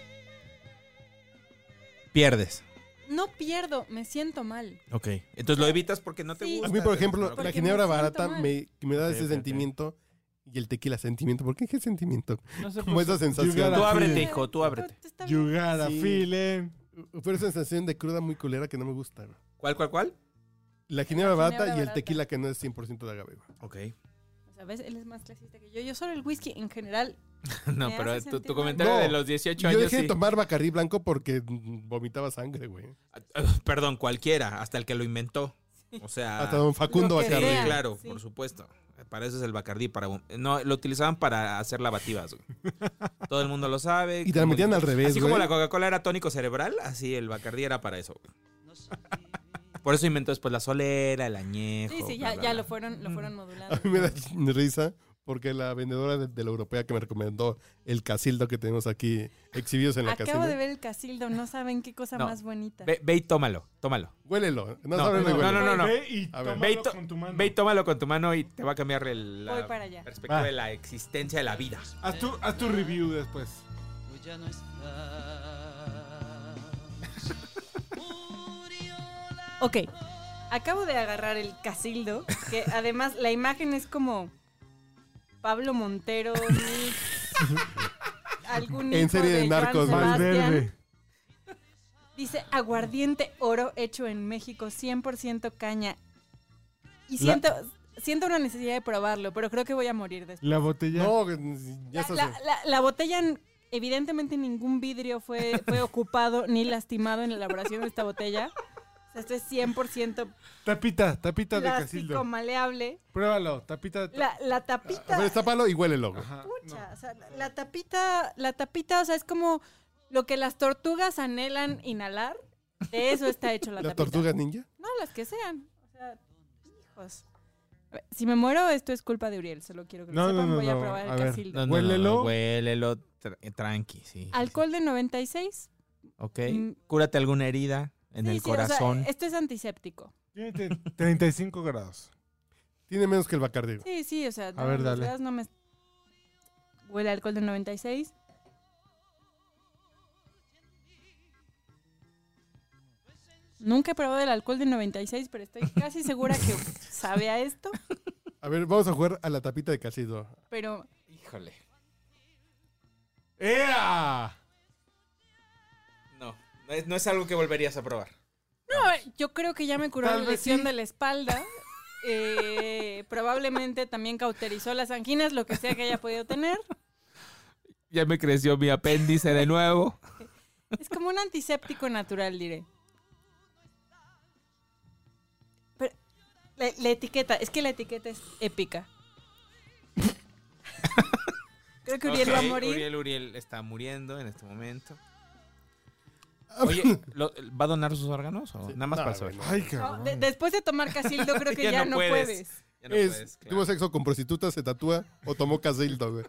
Pierdes. no pierdo, me siento mal. Ok. Entonces lo evitas porque no te Sí. gusta. A mí, por ejemplo, Ok. la Porque ginebra me siento barata mal. me, me da Ok, ese ok, ok. sentimiento. Y el tequila sentimiento. ¿Por qué qué sentimiento? No sé, Como pues, esa sensación. gotta Tú ábrete, feeling. hijo, tú ábrete. Está bien. You got a Sí. feeling. Pero esa sensación de cruda muy culera que no me gusta, güey. ¿Cuál, cuál, cuál? La ginebra barata ginebra y el barata. tequila que no es cien por ciento de agave, güey. Ok. O sea, ¿ves? Él es más clasista que yo. Yo solo el whisky en general. No, Me pero hace tu, sentir tu mal. comentario No, de los dieciocho Yo años dejé sí. de tomar Bacardí blanco porque mm, vomitaba sangre, güey. Perdón, cualquiera, hasta el que lo inventó. O sea, Hasta don Facundo Lo que sí, Bacardí. sea. claro, Sí. por supuesto. Para eso es el Bacardí. Para, no, lo utilizaban para hacer lavativas, güey. Todo el mundo lo sabe. Y te la Como- metían al revés, Así como güey. la Coca-Cola era tónico cerebral, así el Bacardí era para eso, güey. Por eso inventó después la solera, el añejo. Sí, sí, bla, ya, bla, ya bla. lo fueron, lo fueron modulando. A mí me da risa porque la vendedora de, de la europea que me recomendó el casildo que tenemos aquí exhibidos en la Acabo casina. de ver el casildo, no saben qué cosa No. más bonita. Ve, ve y tómalo, tómalo. Huélelo. No, No, sabes no, ni no, huélelo. no, no. Ve y A ver. tómalo Ve y to- con tu mano. Ve y tómalo con tu mano y te va a cambiar el, la Voy para allá. perspectiva Va. de la existencia de la vida. Haz tu, haz tu review después. Ok, acabo de agarrar el casildo, que además la imagen es como Pablo Montero, mix, algún En hijo serie de Joan narcos, güey. Sebastián. Valverde. Dice aguardiente oro hecho en México, cien por ciento caña. Y La- siento, siento una necesidad de probarlo, pero creo que voy a morir después. La botella. No, ya La, estás. la- la- la botella, evidentemente ningún vidrio fue, fue ocupado ni lastimado en la elaboración de esta botella. O sea, esto es cien por ciento Tapita, tapita de plástico, casildo. maleable. Pruébalo, tapita de. La, la A tapita, ver, tápalo y huélelo, güey. Ajá, pucha, o sea, la, la tapita, la tapita, o sea, es como lo que las tortugas anhelan inhalar. De eso está hecho la ¿La tapita. tortuga ninja? No, las que sean. O sea, hijos. A ver, si me muero, esto es culpa de Uriel. Solo quiero que lo No, no, sepan. no, Voy a no, probar a el ver. casildo. No, no, Huélelo. no, no, huélelo tra- tranqui, sí. Alcohol de noventa y seis. Ok. Mm. Cúrate alguna herida en Sí, el sí, o sea, corazón. esto es antiséptico. Tiene te- treinta y cinco grados. Tiene menos que el Bacardí. güey. Sí, sí, o sea, no, ver, los dale. grados no me... Huele a alcohol de noventa y seis. Nunca he probado el alcohol de noventa y seis, pero estoy casi segura que sabe a esto. A ver, vamos a jugar a la tapita de casildo. Pero Híjole. ¡Ea! No, no es, no es algo que volverías a probar. no, yo creo que ya me curó Tal la vez lesión sí. de la espalda. Eh, probablemente también cauterizó las anginas, lo que sea que haya podido tener. Ya me creció mi apéndice de nuevo. Es como un antiséptico natural, diré. Pero la, la etiqueta, es que la etiqueta es épica. Creo que Uriel va a Ok, morir. Uriel, Uriel está muriendo en este momento. Oye, ¿lo- ¿va a donar sus órganos o Sí. nada más No, para güey, saber? no. Ay, No, cabrón. de- después de tomar casildo, creo que ya, no puedes. Ya no es, puedes, claro. tuvo sexo con prostitutas, se tatúa o tomó casildo, güey.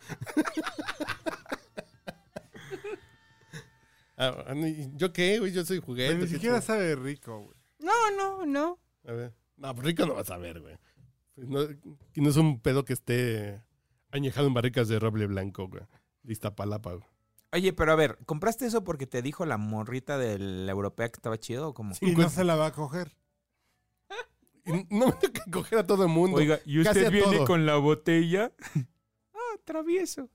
Ah, ni- ¿Yo qué, güey? Yo soy juguete. Pero ni qué siquiera chido. sabe rico, güey. No, no, no. A ver. No, pues rico no vas a ver, güey. No, que no es un pedo que esté añejado en barricas de roble blanco, güey. De Iztapalapa, güey. Oye, pero a ver, ¿compraste eso porque te dijo la morrita de la europea que estaba chido o cómo? Y no se la va a coger. Y no me tengo que coger a todo el mundo. Oiga, ¿y Casi usted a viene todo. con la botella? Ah, travieso.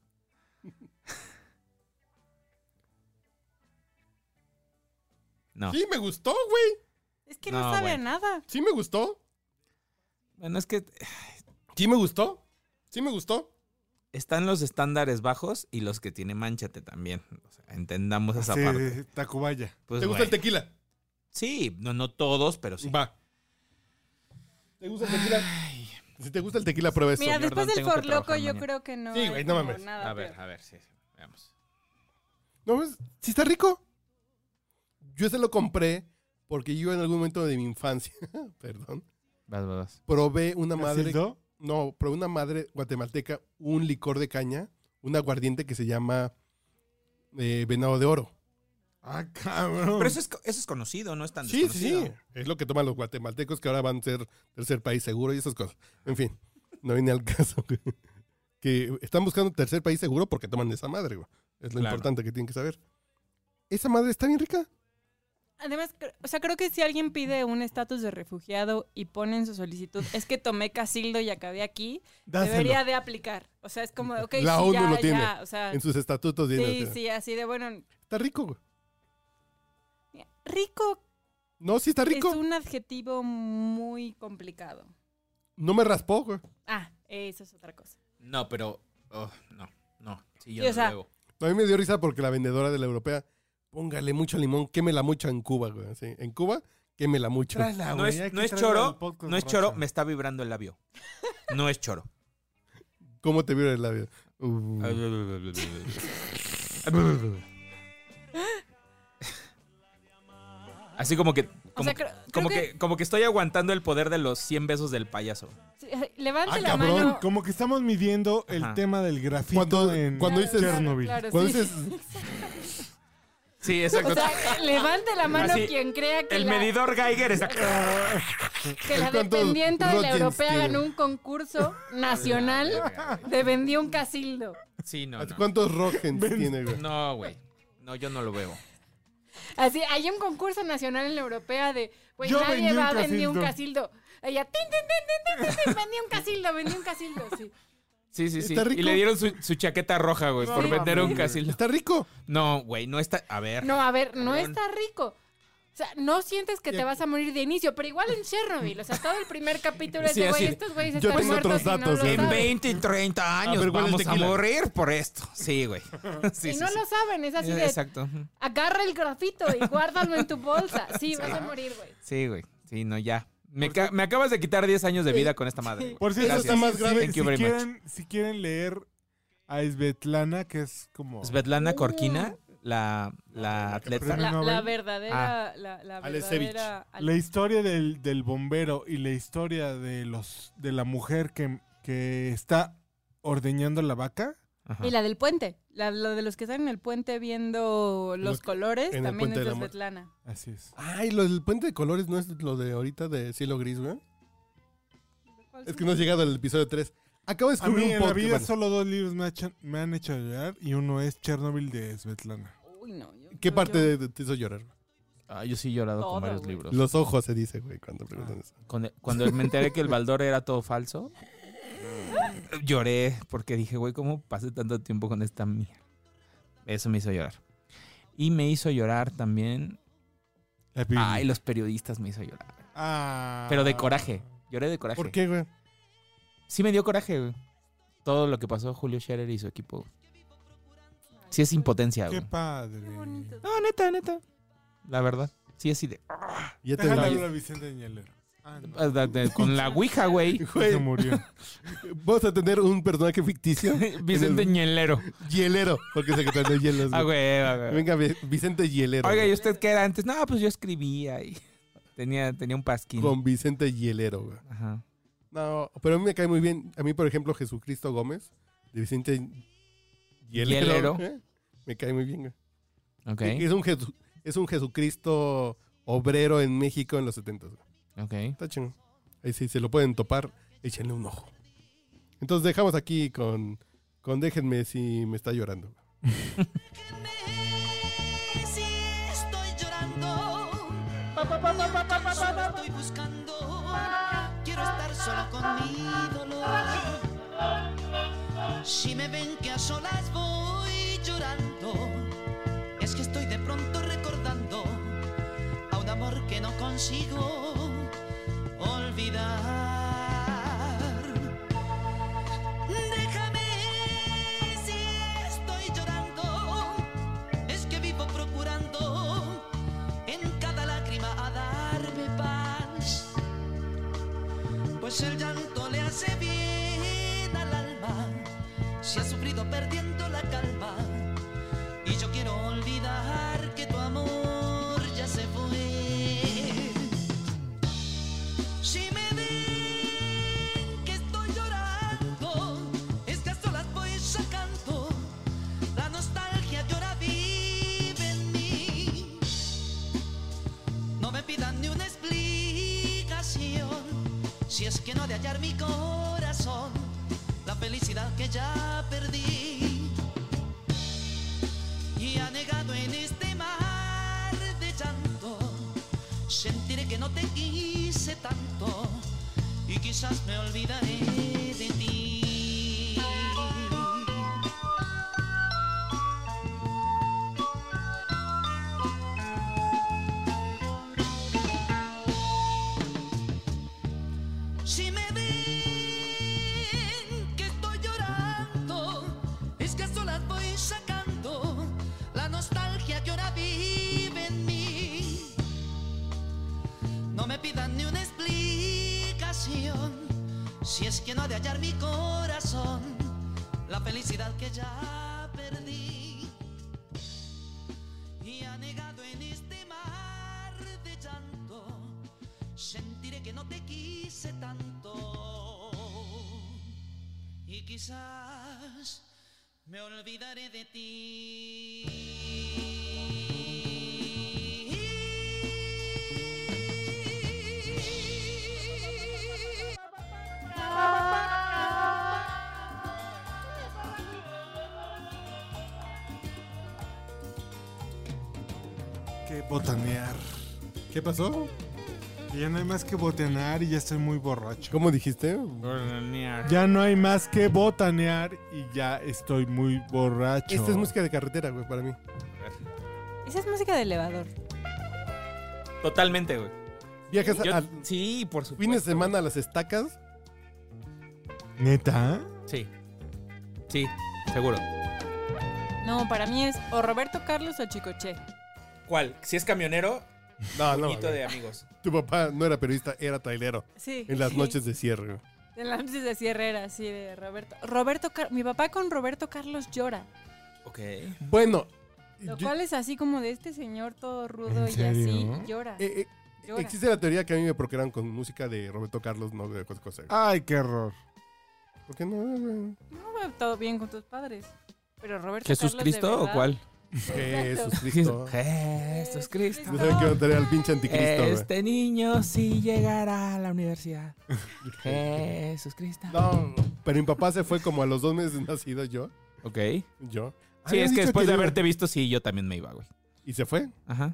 No. Sí, me gustó, güey. Es que no, No, sabe a bueno. nada. Sí me gustó. Bueno, es que Sí me gustó. Sí me gustó. están los estándares bajos y los que tiene manchate también. O sea, entendamos esa Sí, parte. Tacubaya. Pues, ¿Te gusta el bueno. tequila? Sí, no, no todos, pero sí. Va. ¿Te gusta el tequila? Si te gusta el tequila, prueba esto. Mira, Perdón, después del tengo que forloco trabajar yo mañana. creo que no Sí, hay güey, no como mames. nada A ver, peor. a ver, sí, sí, veamos. No, pues, sí está rico. Yo se lo compré porque yo en algún momento de mi infancia, perdón, Vas, vas, vas. probé una madre, ¿Casildo? no, probé una madre guatemalteca, un licor de caña, un aguardiente que se llama eh, Venado de Oro. Ah, cabrón. Pero eso es, co- eso es conocido, no es tan Sí, sí, sí. desconocido. Es lo que toman los guatemaltecos que ahora van a ser tercer país seguro y esas cosas. En fin, no viene al caso. güey. Que están buscando tercer país seguro porque toman de esa madre, güey. Es lo Claro. importante que tienen que saber. Esa madre está bien rica. Además, cre- o sea, creo que si alguien pide un estatus de refugiado y pone en su solicitud, es que tomé casildo y acabé aquí, Dáselo. debería de aplicar. O sea, es como, ok, La sí, ONU ya, lo tiene ya, o sea, En sus estatutos. sí, viene así. sí, así de, bueno, Está rico, güey. rico, No, sí está rico. es un adjetivo muy complicado. No me raspó, güey. Ah, eso es otra cosa. No, pero... oh, no, no. Sí, yo Sí, o no sea, lo bebo. A mí me dio risa porque la vendedora de la europea, póngale mucho limón, quémela mucho en Cuba, güey. Así, en Cuba, quémela mucho. Tráela, No güey, es, hay no que es traerla choro, al podcast no es borracho. choro, me está vibrando el labio. No es choro. ¿Cómo te vibra el labio? Uh. Así como que... O Como, sea, creo, creo como que, que, como que estoy aguantando el poder de los cien besos del payaso. sí, levante Ah, la cabrón, mano. Como que estamos midiendo el Ajá. tema del grafito Cuando- en cuando Claro, dices- claro, Chernobyl. claro, Cuando sí. dices, Sí, exacto. O sea, levante la mano Así, quien crea que el la, medidor Geiger está... que la ¿Cuántos dependienta de la Rodgers europea tiene? ganó un concurso nacional de vendió un casildo. Sí, no, no. ¿cuántos Rogens tiene, güey? No, güey. No, yo no lo bebo. Así, hay un concurso nacional en la europea de, güey, Yo nadie vendí un va a vender un casildo. casildo. Ella, tin, tin, tin, tin, tin, tin, vendí un casildo, vendí un casildo, sí. Sí, sí, sí. ¿Está rico? Y le dieron su, su chaqueta roja, güey, por No, vender un mames. casildo. Está rico. No, güey, no está... A ver. No, a ver, no Cabrón. está rico. O sea, no sientes que te vas a morir de inicio, pero igual en Chernobyl, o sea, todo el primer capítulo es Sí, de, güey, así. estos güeyes Yo están tengo muertos otros y no datos, lo ¿eh? En saben. veinte y treinta años A ver, ¿cuál es vamos a tequila? morir por esto. Sí, güey. Sí, y sí, no sí. lo saben, es así de, Exacto. agarra el grafito y guárdalo en tu bolsa. Sí, vas a morir, güey. Sí, güey. Sí, no, ya. Me, ca- me acabas de quitar diez años de vida con esta madre. güey. Por cierto, Gracias. está más sí, grave. sí, Thank you si, very quieren, si quieren leer a Svetlana, que es como... Svetlana Korkina, la, la atleta. Premio La, Nobel. la verdadera, la, la Alesevich. verdadera... La historia del, del bombero y la historia de los de la mujer que, que está ordeñando la vaca. Ajá. Y la del puente, la, lo de los que están en el puente viendo los Los- colores, en el también puente es de de la mu- Svetlana. Así es. Ay, lo del puente de colores no es lo de ahorita de cielo gris, güey. Es que no has llegado al episodio tres. Acabo de A mí descubrir un en la podcast. vida bueno, solo dos libros me, ha- me han hecho llorar y uno es Chernobyl de Svetlana. Uy, no. yo- ¿Qué yo- parte yo- de- de- te hizo llorar? Ah, yo sí he llorado Todo, con varios güey. libros. Los ojos se dice, güey, cuando preguntan eso. Cuando, cuando me enteré que el Baldor era todo falso, lloré porque dije, güey, ¿cómo pasé tanto tiempo con esta mierda? Eso me hizo llorar. Y me hizo llorar también... La Biblia. Ay, los periodistas me hizo llorar. Ah. Pero de coraje. Lloré de coraje. ¿Por qué, güey? Sí me dio coraje, güey. Todo lo que pasó Julio Scherer y su equipo. Sí es impotencia, Qué güey. padre. Qué bonito. No, neta, neta. La verdad. Sí, así de... Ya te Déjale ven- hablar a Vicente Ñelero. Ah, no. Ah, de- de- Con la ouija, güey. Güey, Se murió. vamos a tener un personaje ficticio. Vicente En el- Ñelero. Hielero, porque se quedan de hielos. Ah, güey. güey, ah, güey. Venga, Vi- Vicente Hielero. Oiga, ¿y güey. usted qué era antes? No, pues yo escribía y tenía, tenía un pasquín. Con Vicente Hielero, güey. Ajá. No, pero a mí me cae muy bien. A mí, por ejemplo, Jesucristo Gómez, de Vicente Hielero. Hielero. ¿eh? Me cae muy bien, güey. Ok, Es un, Jesu- es un Jesucristo obrero en México en los setentas. güey. ok. Está chingón. Ahí sí se lo pueden topar, échenle un ojo. Entonces dejamos aquí con, con Déjenme si me está llorando. Si estoy llorando, solo estoy buscando, quiero estar solo con mi dolor. Si me ven que a solas voy llorando, es que estoy de pronto recordando a un amor que no consigo olvidar. Déjame si estoy llorando, es que vivo procurando en cada lágrima a darme paz, pues el llanto le hace bien al alma si ha sufrido perdiendo la calma, y yo quiero olvidar que tu amor ya se fue. Si me ven que estoy llorando, es que a solas voy sacando, la nostalgia llora vive en mí. No me pidan ni una explicación, si es que no ha de hallar mi corazón la felicidad que ya perdí, y anegado en este mar de llanto, sentiré que no te quise tanto y quizás me olvidaré de ti. No me pidan ni una explicación, si es que no ha de hallar mi corazón la felicidad que ya perdí. Y anegado en este mar de llanto, sentiré que no te quise tanto. Y quizás me olvidaré de ti. Que botanear. ¿Qué pasó? Ya no hay más que botanear y ya estoy muy borracho. ¿Cómo dijiste? Ya no hay más que botanear y ya estoy muy borracho. Esta es música de carretera, güey, para mí. Esa es música de elevador. Totalmente, güey. Viajas Yo- a sí, por supuesto. fines de semana a las estacas. ¿Neta? Sí. Sí, seguro. No, para mí es o Roberto Carlos o Chicoche. ¿Cuál? Si es camionero, No, no. poquito güey. de amigos. Tu papá no era periodista, era trailero. Sí. En las noches de cierre, güey. En las noches de cierre era así de Roberto. Roberto Car- Mi papá con Roberto Carlos llora. Ok. Bueno. Lo yo- cual es así como de este señor todo rudo ¿En y serio? así llora. eh, eh, llora. existe la teoría que a mí me procrearon con música de Roberto Carlos, no de cualquier cosa. Ay, qué error. ¿Por qué no, güey? No, güey, todo bien con tus padres. Pero Roberto ¿Jesús Carlos de Cristo o verdad- cuál? Jesús Cristo. Jesús Cristo. No saben que va a tener al pinche anticristo, güey. Este niño sí llegará a la universidad. Jesús Cristo. No, pero mi papá se fue como a los dos meses de nacido yo. Ok. Yo. Sí, Habían es que dicho después de iba- haberte visto, sí, yo también me iba, güey. Y se fue. Ajá.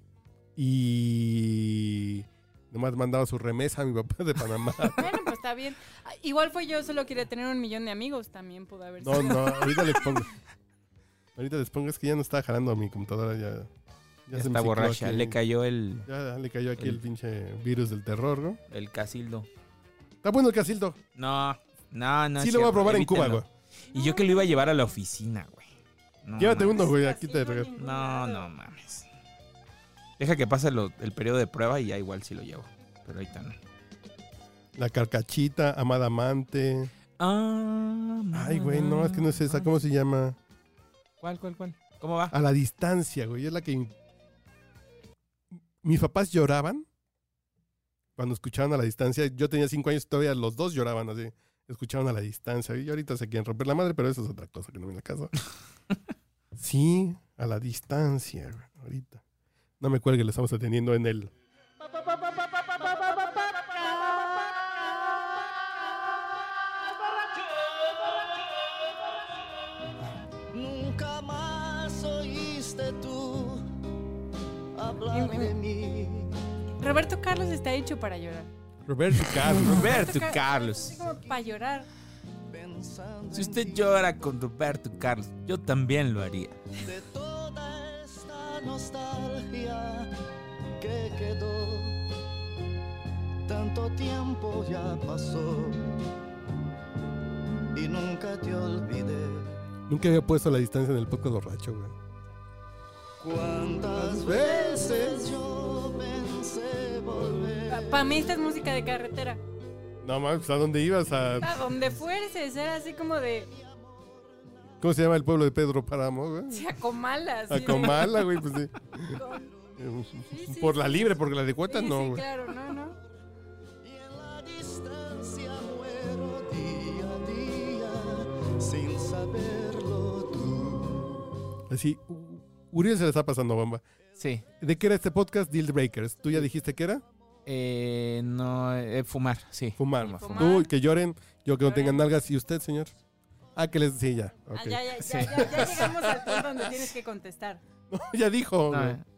Y nomás mandaba su remesa a mi papá de Panamá. Bueno, pues está bien. Ah, Igual fue yo, solo quería tener un millón de amigos. También pudo haber No, sido. no, ahorita les pongo. Ahorita les pongo, es que ya no está jalando a mi computadora, ya. Ya, Ya se me está cicló borracha. aquí. Le cayó el, Ya le cayó aquí el- el, pinche virus del terror, ¿no? el casildo. Está bueno el casildo. No, no, no. Sí es lo voy a cierto, probar en Cuba, evítenlo. güey. Y yo que lo iba a llevar a la oficina, güey. No, Llévate no, uno, güey, aquí Así te no hay regalo. ningún No, lado. no mames. Deja que pase lo- el periodo de prueba y ya igual sí lo llevo. Pero ahorita no. La carcachita, amada amante. Ah, Ay, güey, no, es que no es esa. ¿Cómo se llama? ¿Cuál, cuál, cuál? ¿Cómo va? A la distancia, güey. Es la que. Mis papás lloraban cuando escuchaban a la distancia. Yo tenía cinco años y todavía los dos lloraban así. Escuchaban a la distancia. Y ahorita se quieren romper la madre, pero eso es otra cosa que no me la casa. Sí, a la distancia, güey. Ahorita. No me cuelgue, lo estamos atendiendo en el. Nunca más oíste tú hablar de mí. Roberto Carlos está hecho para llorar. Roberto Carlos. Roberto Car- Carlos. Así como para llorar. Pensando Si en usted ti, llora con Roberto Carlos, yo también lo haría. de toda esta nostalgia que quedó, tanto tiempo ya pasó y nunca te olvidé. Nunca había puesto la distancia en el podcast borracho, güey. Cuántas veces yo pensé volver. Para mí esta es música de carretera. No mames, ¿a dónde ibas? A, A donde fuerces, era así como de... ¿Cómo se llama el pueblo de Pedro Páramo, güey? Sí, a Comala. así A de- Comala, güey, pues sí. con- Sí, sí, Por la sí. libre, porque la de cuota Sí, no, sí, güey. claro, no, no. Y en la distancia muero día a día sin saberlo tú. Así, U- Uriel se le está pasando bomba. Sí. ¿De qué era este podcast? Deal Breakers. ¿Tú ya dijiste que era? Eh, no, eh, fumar, sí. Fumar. Fuma, Fumar. Tú, que lloren, yo que no Lloren. tengan nalgas. ¿Y usted, señor? Ah, que les... Sí, ya. Ah, ok. ya, ya, ya, Sí. ya, ya llegamos al punto donde tienes que contestar. ya dijo. No, güey. eh,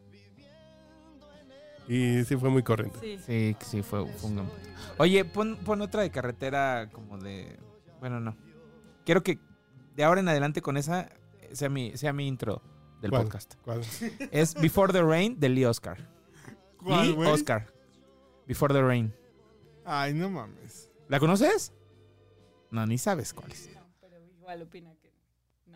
Y sí fue muy corriente. Sí. sí, sí, fue, fue un... Oye, pon, pon otra de carretera como de... Bueno, no. Quiero que de ahora en adelante con esa sea mi, sea mi intro del ¿Cuál? podcast. ¿Cuál? Es Before the Rain de Lee Oscar. ¿Cuál, Lee güey? Oscar. Before the Rain. Ay, no mames. ¿La conoces? No, ni sabes cuál es. No, pero igual opina que no.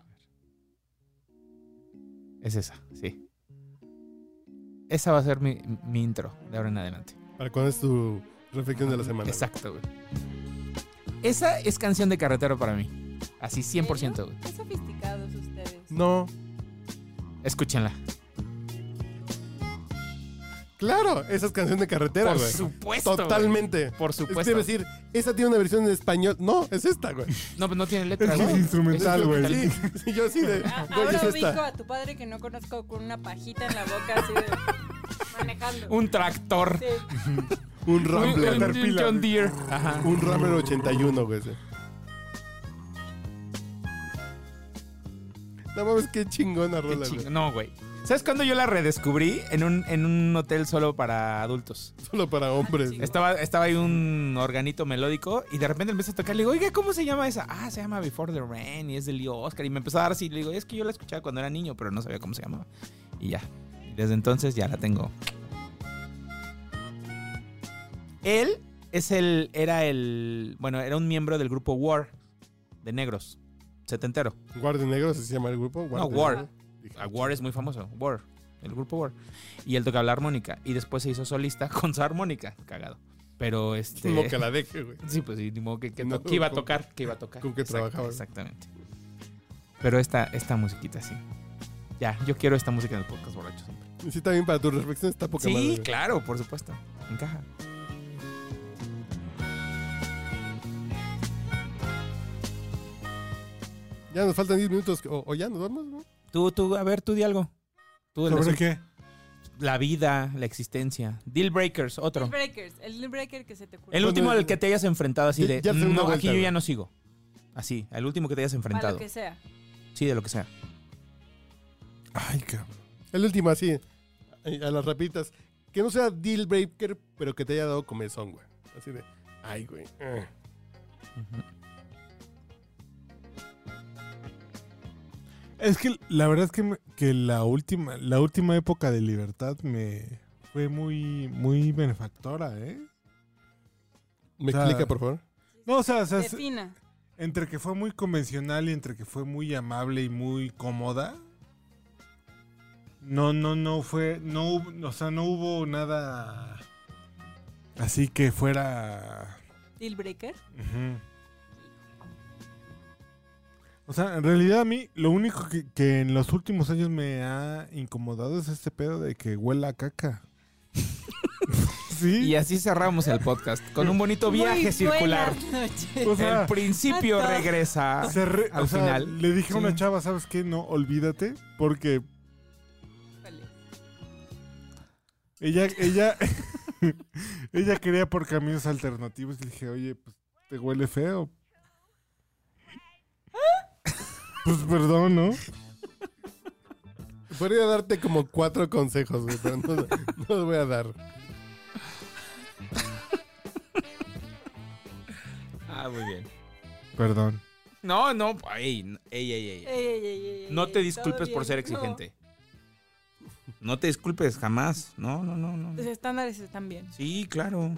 Es esa, sí. Esa va a ser mi, mi intro de ahora en adelante. Para cuando es tu reflexión de la semana. Exacto, güey. Esa es canción de carretero para mí. Así, cien por ciento, güey. Qué sofisticados ustedes. No. Escúchenla. Claro, esa es canción de carretera, Por güey. supuesto, Totalmente. güey. Por Es que supuesto. iba a decir, esa tiene una versión en español. No, es esta, güey. No, pues no tiene letra, Es que güey. es instrumental, Es güey. Sí, sí, yo así de. Ah, Güey, ahora es ubico esta. a tu padre que no conozco con una pajita en la boca así de manejando. Un tractor. Sí. Un Un, Rambler. un- un John Deere. Ajá. Un Rambler ochenta y uno, güey. sí. No mames, qué chingona Qué rola, chingo- güey. No, güey. ¿Sabes cuándo yo la redescubrí? En un, en un hotel solo para adultos. Solo para hombres. Ah, Estaba, estaba ahí un organito melódico y de repente empecé a tocar. Le digo, oiga, ¿cómo se llama esa? Ah, se llama Before the Rain y es de Leo Oscar. Y me empezó a dar así. Le digo, es que yo la escuchaba cuando era niño, pero no sabía cómo se llamaba. Y ya. Y desde entonces ya la tengo. Él es el, era el, bueno, era un miembro del grupo War de negros, setentero. Guardia Negro, ¿así se llama el grupo? No, Guardia War. Negro. Dije, A War es muy famoso, War, el grupo War. Y él tocaba la armónica y después se hizo solista con su armónica, cagado. Pero este... Como que la deje, güey. Sí, pues sí, ni modo que, que, No, que iba a con- tocar, que iba a tocar. con que Exacto, trabajaba. Exactamente. Pero esta, esta musiquita sí. Ya, yo quiero esta música en el podcast borracho siempre. Sí, también para tu reflexión está poca Sí, madre, güey. claro, por supuesto. Encaja. Ya nos faltan diez minutos. O, o ya nos vamos, ¿no? Tú, tú, a ver, tú di algo. Tú, el ¿Sobre asunto- qué? La vida, la existencia. Deal breakers, otro. Deal breakers. El deal breaker que se te ocurre. El Bueno, último el- al que te hayas enfrentado así Ya- de, ya la segunda no, vuelta, aquí yo güey. ya no sigo. Así, el último que te hayas Para enfrentado. lo que sea. Sí, de lo que sea. Ay, cabrón. El último, así. A las rapiditas. Que no sea deal breaker, pero que te haya dado comezón, güey. Así de. Ay, güey. eh. Es que la verdad es que, me- que la última la última época de libertad me fue muy muy benefactora, ¿eh? ¿Me O sea, explica, por favor? No, o sea, o sea, es- Defina. entre que fue muy convencional y entre que fue muy amable y muy cómoda. No, no, no fue, no, hubo- o sea, no hubo nada así que fuera. Deal breaker. Ujú. O sea, en realidad a mí lo único que, que en los últimos años me ha incomodado es este pedo de que huela a caca. Sí. Y así cerramos el podcast con un bonito viaje Muy circular. buenas noches. O sea, El principio Hasta- regresa se re- al o sea, final. le dije a una Sí. chava, ¿sabes qué? No, olvídate, porque Híjole. ella, ella, ella quería por caminos alternativos. Y le dije, oye, pues te huele feo. Pues perdón, ¿no? Podría darte como cuatro consejos, güey, pero no, no los voy a dar. Ah, muy bien. Perdón. No, no, ey, ey, ey, ey. Ey, ey, ey, ey, No ey, te todo disculpes por bien. ser No. exigente. No te disculpes jamás. No, no, no, no. Los estándares están bien. Sí, claro.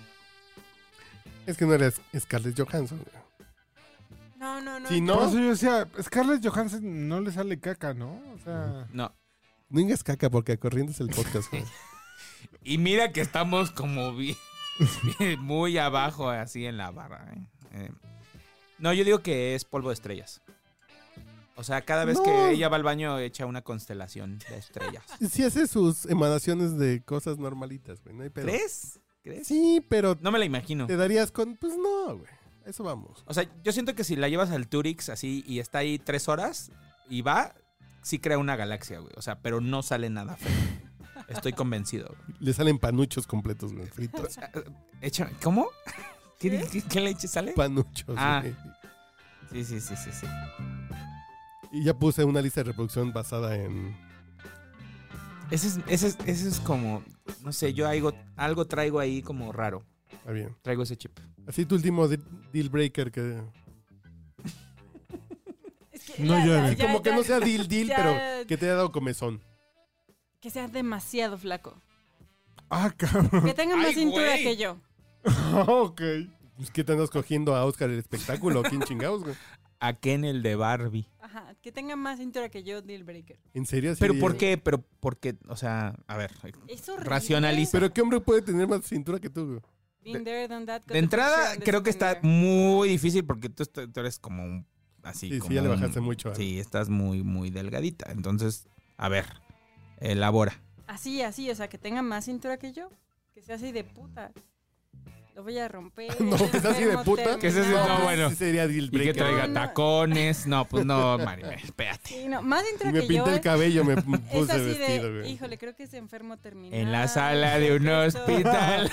Es que no eres Scarlett Johansson, güey. No, no, no. Si Por no, eso yo decía, Scarlett Johansson no le sale caca, ¿no? O sea, No. no digas caca porque corriendo es el podcast, güey. Y mira que estamos como bien, bien muy abajo así en la barra. ¿eh? Eh, no, yo digo que es polvo de estrellas. O sea, cada vez No. que ella va al baño echa una constelación de estrellas. Sí hace sus emanaciones de cosas normalitas, güey. No hay pedo. ¿Crees? ¿Crees? Sí, pero No me la imagino. te darías con... Pues no, güey. A eso vamos. O sea, yo siento que si la llevas al Turix así y está ahí tres horas y va, sí crea una galaxia, güey. O sea, pero no sale nada feo. Estoy convencido. Güey. Le salen panuchos completos, güey, fritos. Echa, ¿Cómo? ¿Qué, qué- qué leche sale? Panuchos, Ah. güey. Sí, sí, sí, sí, sí. Y ya puse una lista de reproducción basada en... Ese es, ese es, ese es como, no sé, yo algo, algo traigo ahí como raro. Está bien. Traigo ese chip. Así tu último de- deal breaker que... Es que No ya, llores. ya, Como ya, que ya. no sea deal deal, ya. pero que te haya dado comezón. Que sea demasiado flaco. ah, cabrón. Que tenga más Ay, cintura güey. que yo. ok. Pues, ¿qué te andas cogiendo a Oscar el espectáculo? ¿Quién chingados, güey? a Ken el de Barbie. Ajá, que tenga más cintura que yo, deal breaker. ¿En serio? ¿Así ¿Pero de- por qué? Pero porque, o sea, a ver, Es horrible. racionaliza. ¿Pero qué hombre puede tener más cintura que tú, güey? Been there, done that, got De the entrada, picture and creo que the está finger. muy difícil porque tú, est- tú eres como un... Así, Sí, como sí, ya le un- bajaste mucho. ¿eh? Sí, estás muy, muy delgadita. Entonces, a ver, elabora. Así, así, o sea, que tenga más cintura que yo. Que sea así de puta. Lo voy a romper. No, que sea así de enfermo puta. Que sea así de- terminal. no, bueno. Sí sería deal Y que breaker. traiga No, no. tacones. No, pues no, Maribel, espérate. Sí, no, más cintura Me que pinté yo. el cabello, me Es puse así vestido, de, güey. híjole, creo que es enfermo terminal. En la sala de un Esto- hospital.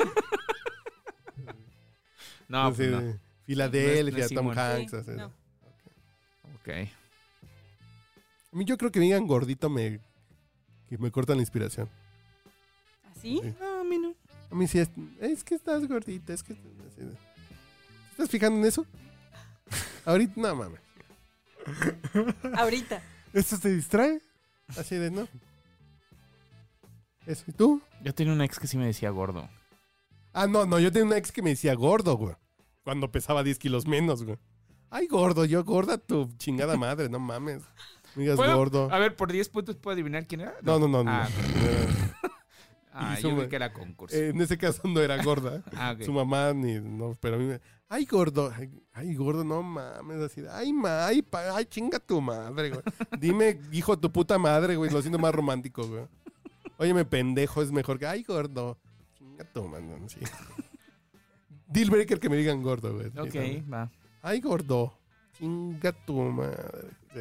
No, Así pues no. de Filadelfia, No es- no es Tom Simón. Hanks. Sí, así. no. Ok. A mí yo creo que me digan gordito me, que me cortan la inspiración. ¿Así? Sí. No, a mí no. A mí sí es, es que estás gordita, es que... así de- ¿Te estás fijando en eso? Ahorita, no mames. Ahorita. ¿Esto te distrae? Así de, no. Eso, ¿y tú? Yo tenía una ex que sí me decía gordo. Ah, no, no, yo tenía una ex que me decía gordo, güey. Cuando pesaba diez kilos menos, güey. Ay, gordo, yo gorda tu chingada madre, no mames. Me digas ¿Puedo? gordo. A ver, por diez puntos puedo adivinar quién era. No, no, no, no. Ah, No. ah, Y yo su- vi que era concurso. Eh, en ese caso no era gorda. ah, ok. Su mamá ni, no, pero a mí me... Ay, gordo, ay, ay, gordo, no mames, así de, ay, ma, ay, pa, ay, chinga tu madre, güey. Dime, hijo, tu puta madre, güey, lo siento más romántico, güey. Óyeme, pendejo, es mejor que, ay, gordo, chinga tu madre, sí. Deal breaker que me digan gordo, güey. sí, Ok, también. va. Ay, gordo, chinga tu madre. Sí.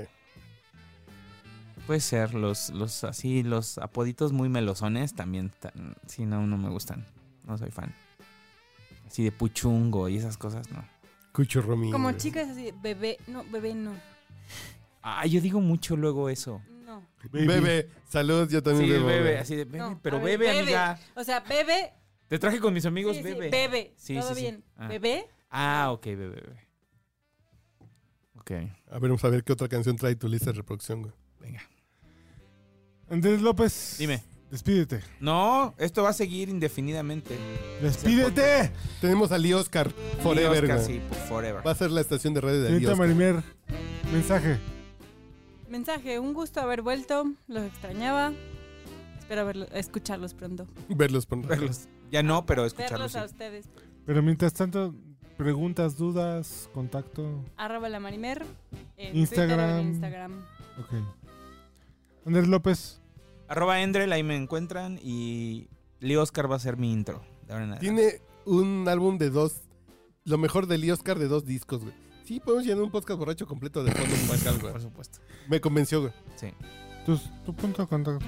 Puede ser, los, los así, los apoditos muy melosones también, tan- sí, no, no me gustan. No soy fan. Así de puchungo y esas cosas, no. Cucho Romín. Como güey. chicas así, de, bebé, no, bebé no. Ah, yo digo mucho luego eso. No. Bebe, salud, yo también Sí, bebo. bebe, güey. así de bebe, No, pero a ver, bebe, amiga. O sea, bebé. Te traje con mis amigos, sí, sí, bebe. bebé. Sí, todo sí, sí. bien. Ah. Bebé. Ah, ok, bebe, bebe. Ok, A ver, vamos a ver qué otra canción trae tu lista de reproducción, güey. venga. Andrés López. Dime. Despídete. No, esto va a seguir indefinidamente. ¡Despídete! Tenemos a Lee Oscar Forever, Y Oscar, güey. sí, por forever. Va a ser la estación de radio de Lee Señorita Oscar. Marimer, mensaje. Mensaje, un gusto haber vuelto. Los extrañaba. Espero verlo- escucharlos pronto. Verlos pronto. Verlos. Ya no, pero escucharlos. Verlos a Sí. ustedes. Pero mientras tanto, preguntas, dudas, contacto. Arroba la Marimer. En Instagram. Twitter o en Instagram. Ok. Andrés López. Arroba Endrel, ahí me encuentran. Y Lee Oscar va a ser mi intro. De ahora en adelante. Tiene un álbum de dos. Lo mejor de Lee Oscar de dos discos, güey. Sí, podemos llenar un podcast borracho completo de fondo musical, güey. Por supuesto. Me convenció, güey. Sí. Tu, tu punto de contacto.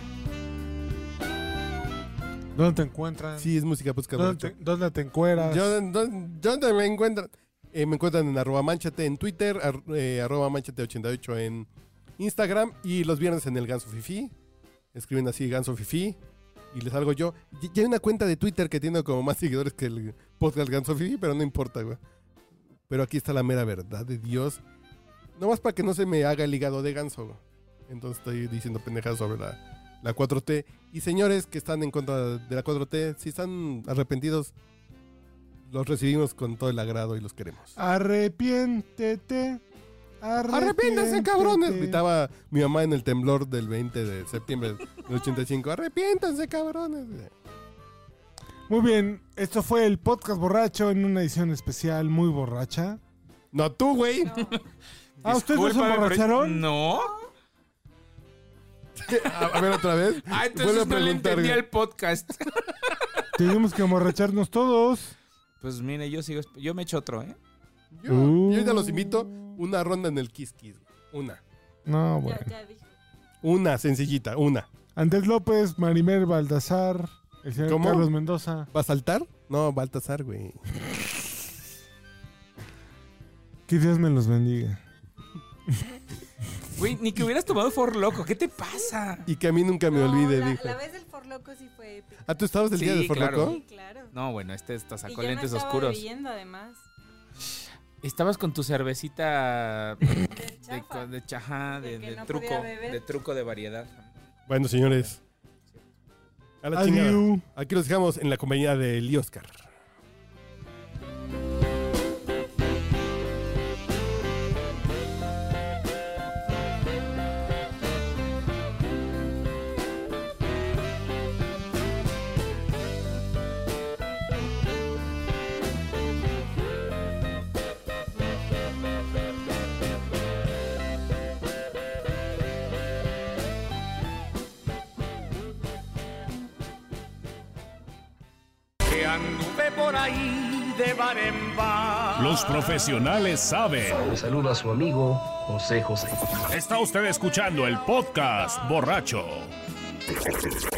¿Dónde te encuentran? Sí, es música podcast ¿Dónde borracho. te, dónde te encueras? Yo, ¿dónde, dónde me encuentran? Eh, me encuentran en arroba manchate en Twitter, ar- eh, arroba manchate ochenta y ocho en Instagram y los viernes en el Ganso Fifi. Escriben así Ganso Fifi y les salgo yo. Y ya hay una cuenta de Twitter que tiene como más seguidores que el podcast Ganso Fifi, pero no importa, güey. Pero aquí está la mera verdad de Dios. Nomás para que no se me haga el hígado de ganso, güey. Entonces estoy diciendo pendejadas sobre la, la cuatro T. Y señores que están en contra de la cuatro T, si están arrepentidos, los recibimos con todo el agrado y los queremos. Arrepiéntete. ¡Arrepiéntanse, cabrones! Gritaba mi mamá en el temblor del veinte de septiembre del ochenta y cinco. ¡Arrepiéntanse, cabrones! Muy bien, esto fue el podcast borracho en una edición especial muy borracha. No, tú, güey. No. Ah, ¿ustedes no se Discúlpame, pero- emborracharon? No. A, a ver, otra vez. Ah, Vuelve entonces a no le preguntar, entendí güey. al podcast. Tenemos que emborracharnos todos. Pues mire, yo sigo. Yo me echo otro, ¿eh? Yo, Uh. yo ya los invito. Una ronda en el Kiss Kiss. Una. No, bueno. Ya, ya dije. Una, sencillita, una. Andrés López, Marimer Baldassar, el señor ¿Cómo? Carlos Mendoza. ¿Va a saltar? No, Baltasar, güey. Que Dios me los bendiga. Güey, ni que hubieras tomado For Loco. ¿Qué te pasa? Y que a mí nunca me No, olvide, la, dijo. la vez del Forloco sí fue épica. ¿Ah, tú estabas el día Sí, del Ford claro. Loco? Sí, claro. No, bueno, este hasta Y sacó yo lentes no estaba oscuros. bebiendo, además. Estabas con tu cervecita de, De chafa. co- de chajá, de, De que de no truco, podía beber. de truco de variedad. Bueno, señores. A la chingada. Adiós. Aquí los dejamos en la compañía de Lee Oscar. anduve por ahí de bar en bar. Los profesionales saben. Un saludo a su amigo José José. Está usted escuchando el podcast borracho.